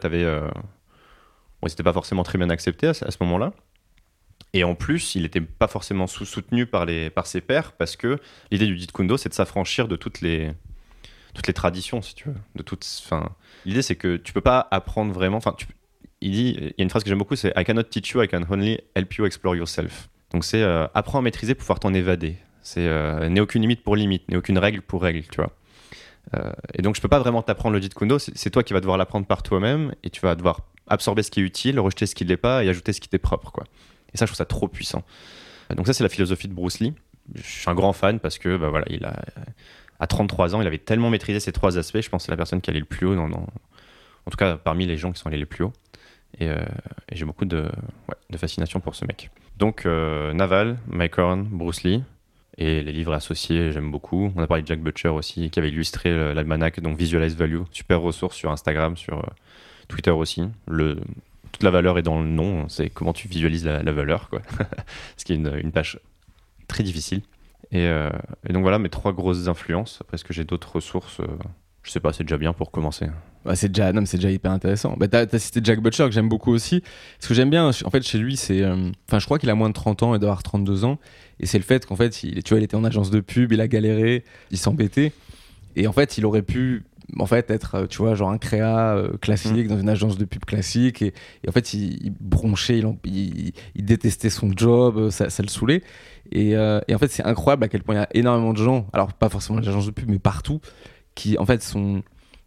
c'était pas forcément très bien accepté à ce moment-là. Et en plus, il n'était pas forcément soutenu par ses pairs, parce que l'idée du Jeet Kune Do, c'est de s'affranchir de toutes les traditions, si tu veux. L'idée, c'est que tu peux pas apprendre vraiment. Il y a une phrase que j'aime beaucoup, c'est I cannot teach you, I can only help you explore yourself. Donc c'est apprends à maîtriser pour pouvoir t'en évader. C'est n'aie aucune limite pour limite, n'aie aucune règle pour règle, tu vois. Et donc je peux pas vraiment t'apprendre le Jeet Kune Do, c'est toi qui vas devoir l'apprendre par toi-même, et tu vas devoir absorber ce qui est utile, rejeter ce qui ne l'est pas, et ajouter ce qui t'est propre, quoi. Et ça, je trouve ça trop puissant. Donc ça, c'est la philosophie de Bruce Lee. Je suis un grand fan parce que, bah voilà, à 33 ans, il avait tellement maîtrisé ces 3 aspects. Je pense que c'est la personne qui allait le plus haut, en tout cas parmi les gens qui sont allés les plus haut. Et j'ai beaucoup de fascination pour ce mec. Donc Naval, Mike Horn, Bruce Lee, et les livres associés, j'aime beaucoup. On a parlé de Jack Butcher aussi, qui avait illustré l'almanach, donc Visualize Value, super ressource sur Instagram, sur Twitter aussi. Toute la valeur est dans le nom, c'est comment tu visualises la valeur, quoi. Ce qui est une tâche très difficile. Et donc voilà mes 3 grosses influences. Après, est-ce que j'ai d'autres ressources je sais pas, c'est déjà bien pour commencer. Bah, c'est déjà hyper intéressant. Bah, t'as cité Jack Butcher, que j'aime beaucoup aussi. Ce que j'aime bien, en fait, chez lui, c'est... je crois qu'il a moins de 30 ans et doit avoir 32 ans. Et c'est le fait qu'en fait, il était en agence de pub, il a galéré, il s'embêtait. Et en fait, il aurait pu... être, tu vois, genre un créa classique dans une agence de pub classique, et en fait il bronchait, il détestait son job, ça le saoulait, et en fait c'est incroyable à quel point il y a énormément de gens, alors pas forcément les agences de pub mais partout, qui en fait sont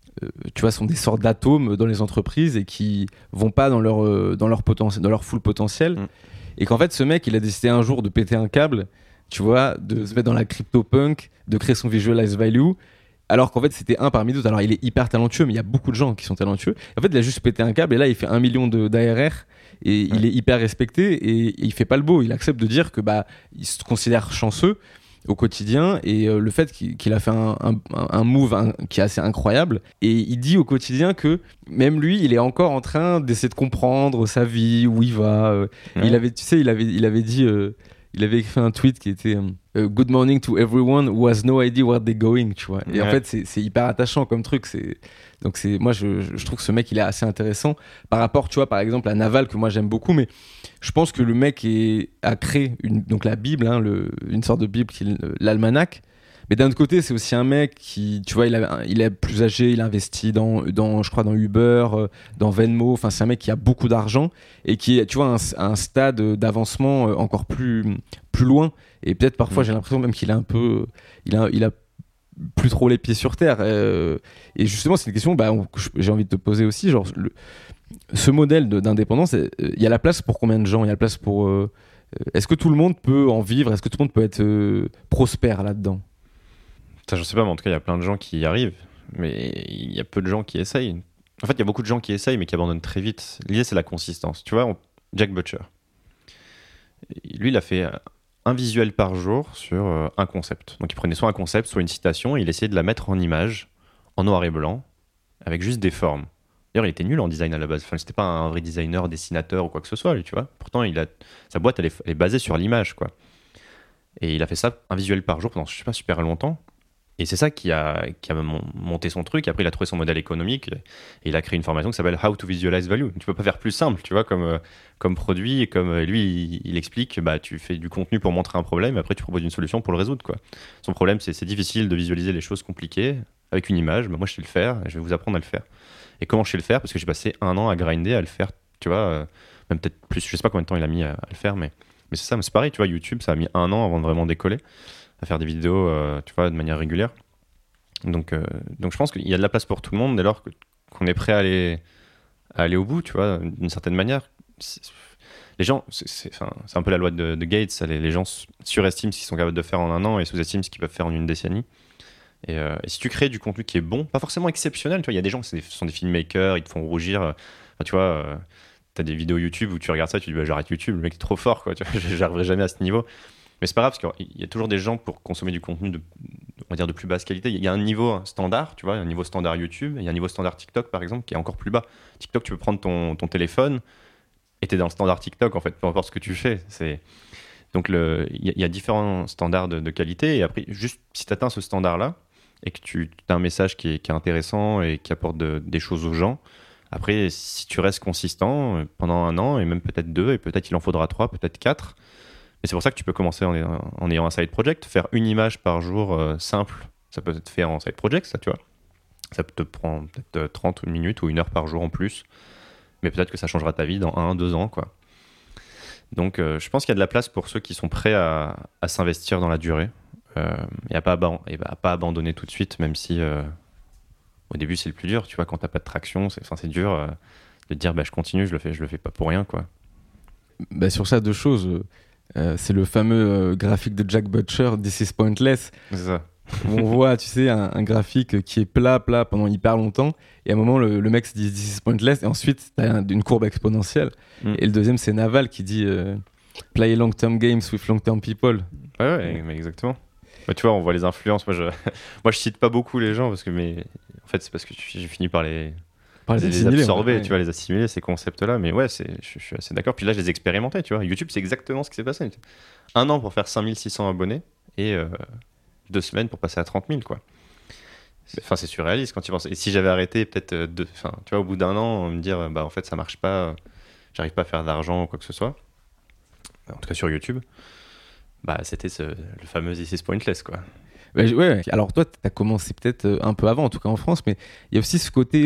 des sortes d'atomes dans les entreprises et qui vont pas dans leur potentiel, dans leur full potentiel, et qu'en fait ce mec il a décidé un jour de péter un câble, tu vois, de se mettre dans la crypto-punk, de créer son Visualize Value. Alors qu'en fait, c'était un parmi d'autres. Alors, il est hyper talentueux, mais il y a beaucoup de gens qui sont talentueux. En fait, il a juste pété un câble et là, il fait 1 million d'ARR et il est hyper respecté et il fait pas le beau. Il accepte de dire que il se considère chanceux au quotidien et le fait qu'il a fait un move qui est assez incroyable. Et il dit au quotidien que même lui, il est encore en train d'essayer de comprendre sa vie, où il va. Il avait dit... il avait écrit un tweet qui était Good morning to everyone who has no idea where they're going, tu vois. Et en fait, c'est hyper attachant comme truc. Moi, je trouve que ce mec, il est assez intéressant par rapport, tu vois, par exemple, à Naval, que moi j'aime beaucoup, mais je pense que le mec a créé donc la Bible, une sorte de Bible qui est l'almanach. Mais d'un autre côté, c'est aussi un mec qui, tu vois, il est plus âgé, il investit je crois, dans Uber, dans Venmo. Enfin, c'est un mec qui a beaucoup d'argent et qui est, tu vois, un stade d'avancement encore plus loin. Et peut-être parfois, j'ai l'impression même qu'il a un peu, il a plus trop les pieds sur terre. Et justement, c'est une question que j'ai envie de te poser aussi. Genre, ce modèle d'indépendance, il y a la place pour combien de gens ? Il y a la place pour... est-ce que tout le monde peut en vivre ? Est-ce que tout le monde peut être prospère là-dedans ? Ça, je sais pas, mais en tout cas, il y a plein de gens qui y arrivent, mais il y a peu de gens qui essayent. En fait, il y a beaucoup de gens qui essayent, mais qui abandonnent très vite. L'idée, c'est la consistance. Tu vois, Jack Butcher, lui, il a fait un visuel par jour sur un concept. Donc, il prenait soit un concept, soit une citation, et il essayait de la mettre en image, en noir et blanc, avec juste des formes. D'ailleurs, il était nul en design à la base. Enfin, c'était pas un vrai designer, dessinateur ou quoi que ce soit, lui, tu vois. Pourtant, sa boîte, elle est basée sur l'image, quoi. Et il a fait ça, un visuel par jour, pendant, je sais pas, super longtemps. Et c'est ça qui a monté son truc. Après, il a trouvé son modèle économique et il a créé une formation qui s'appelle How to Visualize Value. Tu peux pas faire plus simple, tu vois, comme produit. Et comme lui, il explique, tu fais du contenu pour montrer un problème et après, tu proposes une solution pour le résoudre, quoi. Son problème, c'est difficile de visualiser les choses compliquées avec une image. Moi, je sais le faire et je vais vous apprendre à le faire. Et comment je sais le faire ? Parce que j'ai passé 1 an à grinder, à le faire, tu vois, même peut-être plus. Je sais pas combien de temps il a mis à le faire, mais c'est ça. Mais c'est pareil, tu vois, YouTube, ça a mis 1 an avant de vraiment décoller, à faire des vidéos, tu vois, de manière régulière. Donc je pense qu'il y a de la place pour tout le monde dès lors qu'on est prêt à aller au bout, tu vois, d'une certaine manière. Les gens, c'est un peu la loi de Gates, les gens surestiment ce qu'ils sont capables de faire en 1 an et sous-estiment ce qu'ils peuvent faire en une décennie. Et si tu crées du contenu qui est bon, pas forcément exceptionnel, tu vois, il y a des gens qui sont des filmmakers, ils te font rougir, tu vois, t'as des vidéos YouTube où tu regardes ça, tu dis j'arrête YouTube, le mec est trop fort, quoi, tu vois, j'arriverai jamais à ce niveau. Mais c'est pas grave, parce qu'il y a toujours des gens pour consommer du contenu on va dire de plus basse qualité. Il y a un niveau standard, tu vois, il y a un niveau standard YouTube, il y a un niveau standard TikTok, par exemple, qui est encore plus bas. TikTok, tu peux prendre ton téléphone et tu es dans le standard TikTok, en fait, peu importe ce que tu fais. Donc, il y a différents standards de qualité. Et après, juste si tu atteins ce standard-là et que tu as un message qui est intéressant et qui apporte des choses aux gens, après, si tu restes consistant pendant 1 an, et même peut-être 2, et peut-être il en faudra 3, peut-être 4, et c'est pour ça que tu peux commencer en ayant un side project, faire une image par jour simple, ça peut être fait en side project, ça, tu vois. Ça te prend peut-être 30 minutes ou 1 heure par jour en plus, mais peut-être que ça changera ta vie dans 1-2 ans, quoi. Donc, je pense qu'il y a de la place pour ceux qui sont prêts à s'investir dans la durée et à pas abandonner tout de suite, même si au début c'est le plus dur, tu vois, quand t'as pas de traction, c'est dur de te dire je continue, je le fais pas pour rien, quoi. Sur ça, 2 choses. C'est le fameux graphique de Jack Butcher, This is Pointless. C'est ça. Où on voit, tu sais, un graphique qui est plat pendant hyper longtemps, et à un moment le mec se dit This is Pointless, et ensuite t'as une courbe exponentielle. Et le deuxième, c'est Naval qui dit Play long-term games with long-term people. Ouais, mais exactement. Tu vois, on voit les influences. Moi, je cite pas beaucoup les gens, en fait, c'est parce que j'ai fini par les absorber, ouais. Tu vois, les assimiler, ces concepts-là. Mais ouais, je suis assez d'accord. Puis là, je les ai expérimentés, tu vois. YouTube, c'est exactement ce qui s'est passé. 1 an pour faire 5600 abonnés et 2 semaines pour passer à 30 000, quoi. C'est surréaliste quand tu penses. Et si j'avais arrêté, peut-être, tu vois, au bout d'1 an, me dire, en fait, ça marche pas, j'arrive pas à faire d'argent ou quoi que ce soit, en tout cas sur YouTube, c'était le fameux This is Pointless, quoi. Ouais. Alors toi, t'as commencé peut-être un peu avant, en tout cas en France, mais il y a aussi ce côté,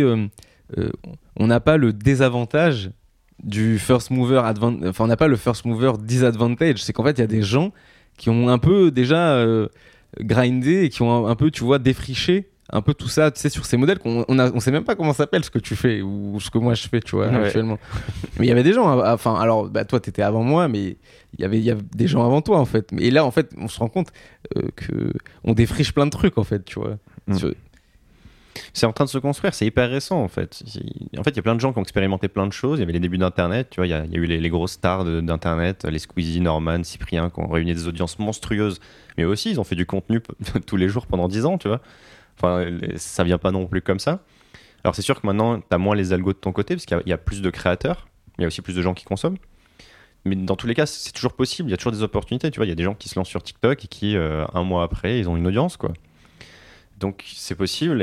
on n'a pas le désavantage du first mover on n'a pas le first mover disadvantage. C'est qu'en fait, il y a des gens qui ont un peu déjà grindé et qui ont un peu, tu vois, défriché un peu tout ça, tu sais, sur ces modèles on sait même pas comment ça s'appelle ce que tu fais ou ce que moi je fais, tu vois, actuellement. Mais il y avait des gens, alors toi t'étais avant moi, mais il y avait des gens avant toi, en fait. Et là, en fait, on se rend compte que on défriche plein de trucs, en fait, tu vois. C'est en train de se construire, c'est hyper récent, en fait. En fait, il y a plein de gens qui ont expérimenté plein de choses. Il y avait les débuts d'Internet, tu vois, il y a eu les grosses stars d'Internet, les Squeezie, Norman, Cyprien, qui ont réuni des audiences monstrueuses. Mais aussi, ils ont fait du contenu tous les jours pendant 10 ans, tu vois. Enfin, ça vient pas non plus comme ça. Alors, c'est sûr que maintenant, tu as moins les algos de ton côté, parce qu'il y a plus de créateurs, il y a aussi plus de gens qui consomment. Mais dans tous les cas, c'est toujours possible, il y a toujours des opportunités, tu vois. Il y a des gens qui se lancent sur TikTok et qui, 1 mois après, ils ont une audience, quoi. Donc, c'est possible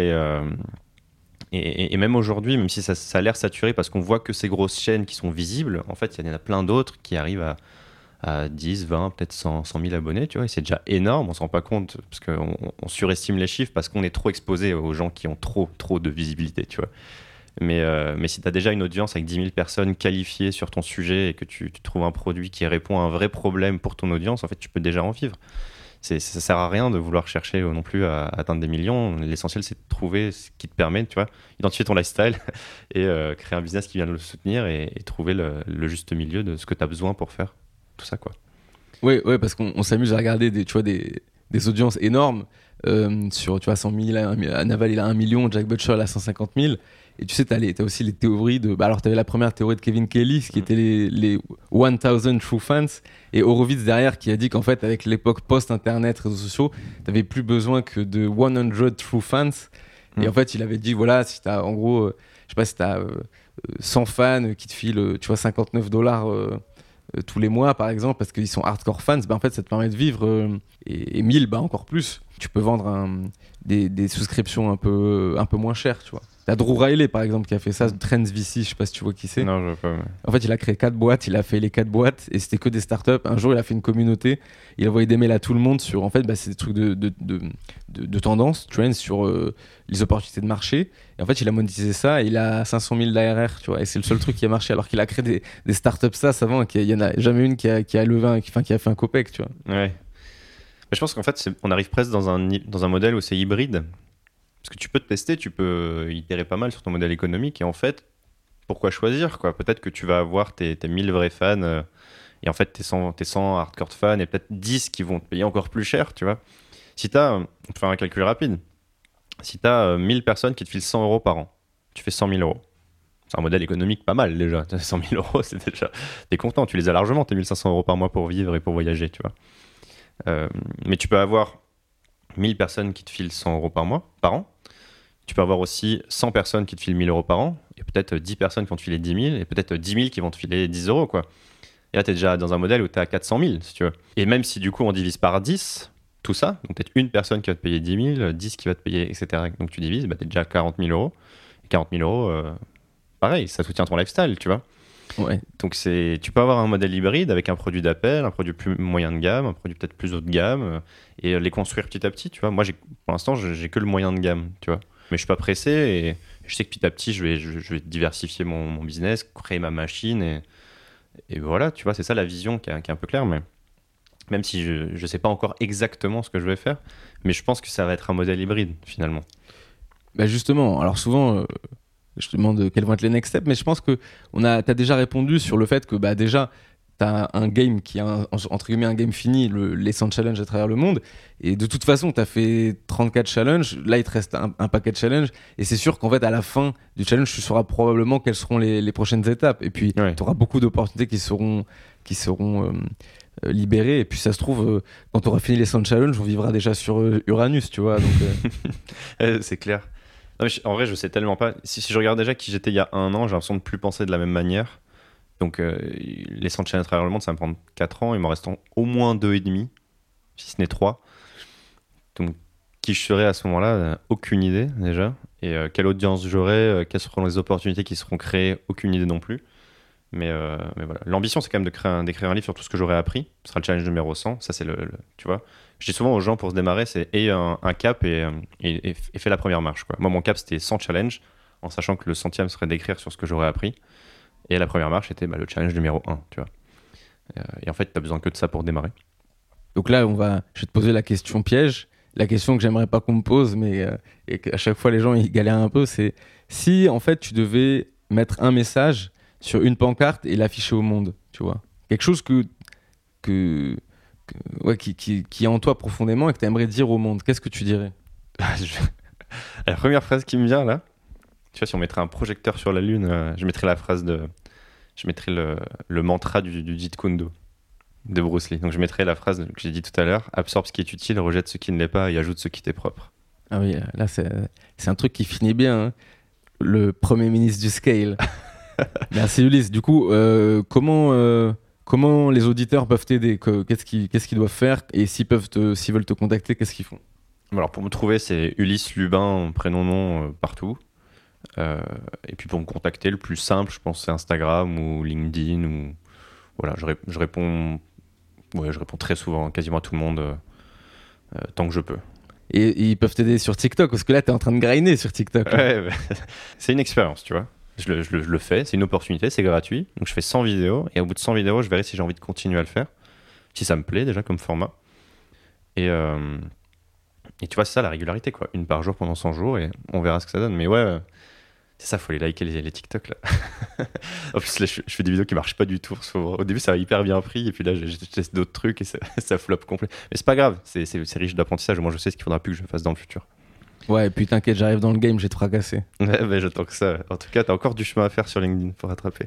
et même aujourd'hui, même si ça a l'air saturé parce qu'on voit que ces grosses chaînes qui sont visibles, en fait, il y en a plein d'autres qui arrivent à 10, 20, peut-être 100 000 abonnés, tu vois, et c'est déjà énorme, on s'en rend pas compte, parce qu'on surestime les chiffres parce qu'on est trop exposé aux gens qui ont trop de visibilité, tu vois. Mais si tu as déjà une audience avec 10 000 personnes qualifiées sur ton sujet et que tu trouves un produit qui répond à un vrai problème pour ton audience, en fait, tu peux déjà en vivre. Ça sert à rien de vouloir chercher non plus à atteindre des millions. L'essentiel, c'est de trouver ce qui te permet, tu vois, identifier ton lifestyle et créer un business qui vient le soutenir et trouver le juste milieu de ce que tu as besoin pour faire tout ça, quoi. Ouais, parce qu'on s'amuse à regarder des audiences énormes sur, tu vois, 100 000, Naval il a 1 million, Jack Butcher il a 150 000. Et tu sais, t'as aussi les théories alors t'avais la première théorie de Kevin Kelly, qui était les 1000 true fans, et Horowitz derrière qui a dit qu'en fait, avec l'époque post-internet, réseaux sociaux, t'avais plus besoin que de 100 true fans. Et en fait, il avait dit, voilà, si t'as, en gros, je sais pas, si t'as 100 fans qui te filent, tu vois, $59 tous les mois, par exemple, parce qu'ils sont hardcore fans, en fait, ça te permet de vivre, et 1000, encore plus. Tu peux vendre des souscriptions un peu moins chères, tu vois. T'as Drew Riley, par exemple, qui a fait ça, Trends VC, je sais pas si tu vois qui c'est. Non, je vois pas. Mais... En fait, il a créé 4 boîtes, il a fait les 4 boîtes, et c'était que des startups. Un jour, il a fait une communauté, il a envoyé des mails à tout le monde sur, en fait, c'est des trucs de tendance, trends, sur les opportunités de marché. Et en fait, il a monétisé ça, et il a 500 000 d'ARR, tu vois, et c'est le seul truc qui a marché, alors qu'il a créé des startups SaaS avant, il y en a jamais une qui a levé, qui a fait un copec, tu vois. Ouais. Mais je pense qu'en fait, on arrive presque dans un modèle où c'est hybride. Parce que tu peux te tester, tu peux itérer pas mal sur ton modèle économique. Et en fait, pourquoi choisir, quoi ? Peut-être que tu vas avoir tes 1000 vrais fans et en fait tes 100 hardcore fans et peut-être 10 qui vont te payer encore plus cher, tu vois. Si tu as, on peut faire un calcul rapide, si tu as 1000 personnes qui te filent 100 euros par an, tu fais 100 000 euros. C'est un modèle économique pas mal déjà. 100 000 euros, c'est déjà... T'es content, tu les as largement, tes 1500 euros par mois pour vivre et pour voyager, tu vois. Mais tu peux avoir 1000 personnes qui te filent 100 euros par an. Tu peux avoir aussi 100 personnes qui te filent 1000 euros par an, et peut-être 10 personnes qui vont te filer 10 000, et peut-être 10 000 qui vont te filer 10 euros, quoi. Et là, tu es déjà dans un modèle où tu es à 400 000, si tu veux. Et même si du coup, on divise par 10, tout ça, donc peut-être une personne qui va te payer 10 000, 10 qui va te payer, etc. Donc tu divises, tu es déjà à 40 000 euros. Et 40 000 euros, pareil, ça soutient ton lifestyle, tu vois. Ouais. Donc tu peux avoir un modèle hybride avec un produit d'appel, un produit plus moyen de gamme, un produit peut-être plus haut de gamme, et les construire petit à petit, tu vois. Moi, pour l'instant, j'ai que le moyen de gamme, tu vois. Mais je suis pas pressé et je sais que petit à petit, je vais diversifier mon business, créer ma machine et voilà, tu vois, c'est ça la vision qui est un peu claire, mais même si je sais pas encore exactement ce que je vais faire, mais je pense que ça va être un modèle hybride finalement. Bah justement, alors souvent, je te demande quels vont être les next steps, mais je pense que t'as déjà répondu sur le fait que déjà, t'as un game qui est entre guillemets un game fini, les 100 challenges à travers le monde, et de toute façon, t'as fait 34 challenges, là il te reste un paquet de challenges, et c'est sûr qu'en fait, à la fin du challenge, tu sauras probablement quelles seront les prochaines étapes, et puis t'auras beaucoup d'opportunités qui seront libérées, et puis ça se trouve, quand t'auras fini les 100 challenges, on vivra déjà sur Uranus, tu vois, donc... C'est clair. Non, mais en vrai, je sais tellement pas. Si je regarde déjà qui j'étais il y a un an, j'ai l'impression de plus penser de la même manière. Donc, les 100 challenges à travers le monde, ça va me prendre 4 ans. Il m'en reste au moins 2,5, si ce n'est 3. Donc, qui je serai à ce moment-là, aucune idée déjà. Et quelle audience j'aurai, quelles seront les opportunités qui seront créées, aucune idée non plus. Mais voilà. L'ambition, c'est quand même d'écrire un livre sur tout ce que j'aurai appris. Ce sera le challenge numéro 100. Ça, c'est tu vois. Je dis souvent aux gens pour se démarrer, c'est un cap et fais la première marche, quoi. Moi, mon cap, c'était 100 challenges, en sachant que le 100e serait d'écrire sur ce que j'aurais appris. Et la première marche était le challenge numéro 1, tu vois. Et en fait, tu n'as besoin que de ça pour démarrer. Donc là, je vais te poser la question piège. La question que j'aimerais pas qu'on me pose, mais et qu'à chaque fois les gens ils galèrent un peu, c'est si en fait tu devais mettre un message sur une pancarte et l'afficher au monde, tu vois. Quelque chose qui est en toi profondément et que tu aimerais dire au monde. Qu'est-ce que tu dirais ? La première phrase qui me vient là, tu vois, si on mettrait un projecteur sur la lune, je mettrais le mantra du Jeet Kune Do de Bruce Lee. Donc je mettrais la phrase que j'ai dit tout à l'heure: absorbe ce qui est utile, rejette ce qui ne l'est pas et ajoute ce qui t'est propre. Ah oui, là c'est un truc qui finit bien, hein. Le premier ministre du scale. Merci Ulysse. Du coup, comment les auditeurs peuvent t'aider ? Qu'est-ce qu'ils doivent faire ? Et s'ils veulent te contacter, qu'est-ce qu'ils font ? Alors pour me trouver, c'est Ulysse Lubin, prénom, nom, partout. Et puis pour me contacter, le plus simple, je pense, c'est Instagram ou LinkedIn. Ou... Voilà, je réponds très souvent, quasiment à tout le monde, tant que je peux. Et ils peuvent t'aider sur TikTok, parce que là, t'es en train de grinder sur TikTok. Ouais, c'est une expérience, tu vois. Je le fais, c'est une opportunité, c'est gratuit. Donc je fais 100 vidéos, et au bout de 100 vidéos, je verrai si j'ai envie de continuer à le faire, si ça me plaît déjà comme format. Et tu vois, c'est ça la régularité, quoi. Une par jour pendant 100 jours, et on verra ce que ça donne. Mais ouais, c'est ça, faut les liker les TikTok là. En plus, là, je fais des vidéos qui marchent pas du tout. Au début, ça a hyper bien pris, et puis là, je teste d'autres trucs, et ça flop complet. Mais c'est pas grave, c'est riche d'apprentissage. Moi, je sais ce qu'il faudra plus que je fasse dans le futur. Ouais, et puis t'inquiète, j'arrive dans le game, j'ai te fracassé. Ouais, ben j'attends que ça. En tout cas, t'as encore du chemin à faire sur LinkedIn pour rattraper.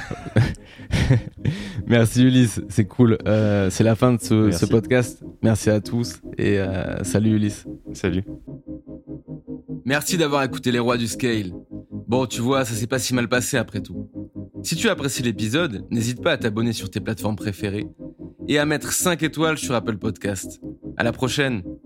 Merci Ulysse, c'est cool. C'est la fin de ce podcast. Merci à tous et salut Ulysse. Salut. Merci d'avoir écouté les rois du scale. Bon, tu vois, ça s'est pas si mal passé après tout. Si tu as apprécié l'épisode, n'hésite pas à t'abonner sur tes plateformes préférées et à mettre 5 étoiles sur Apple Podcast. À la prochaine.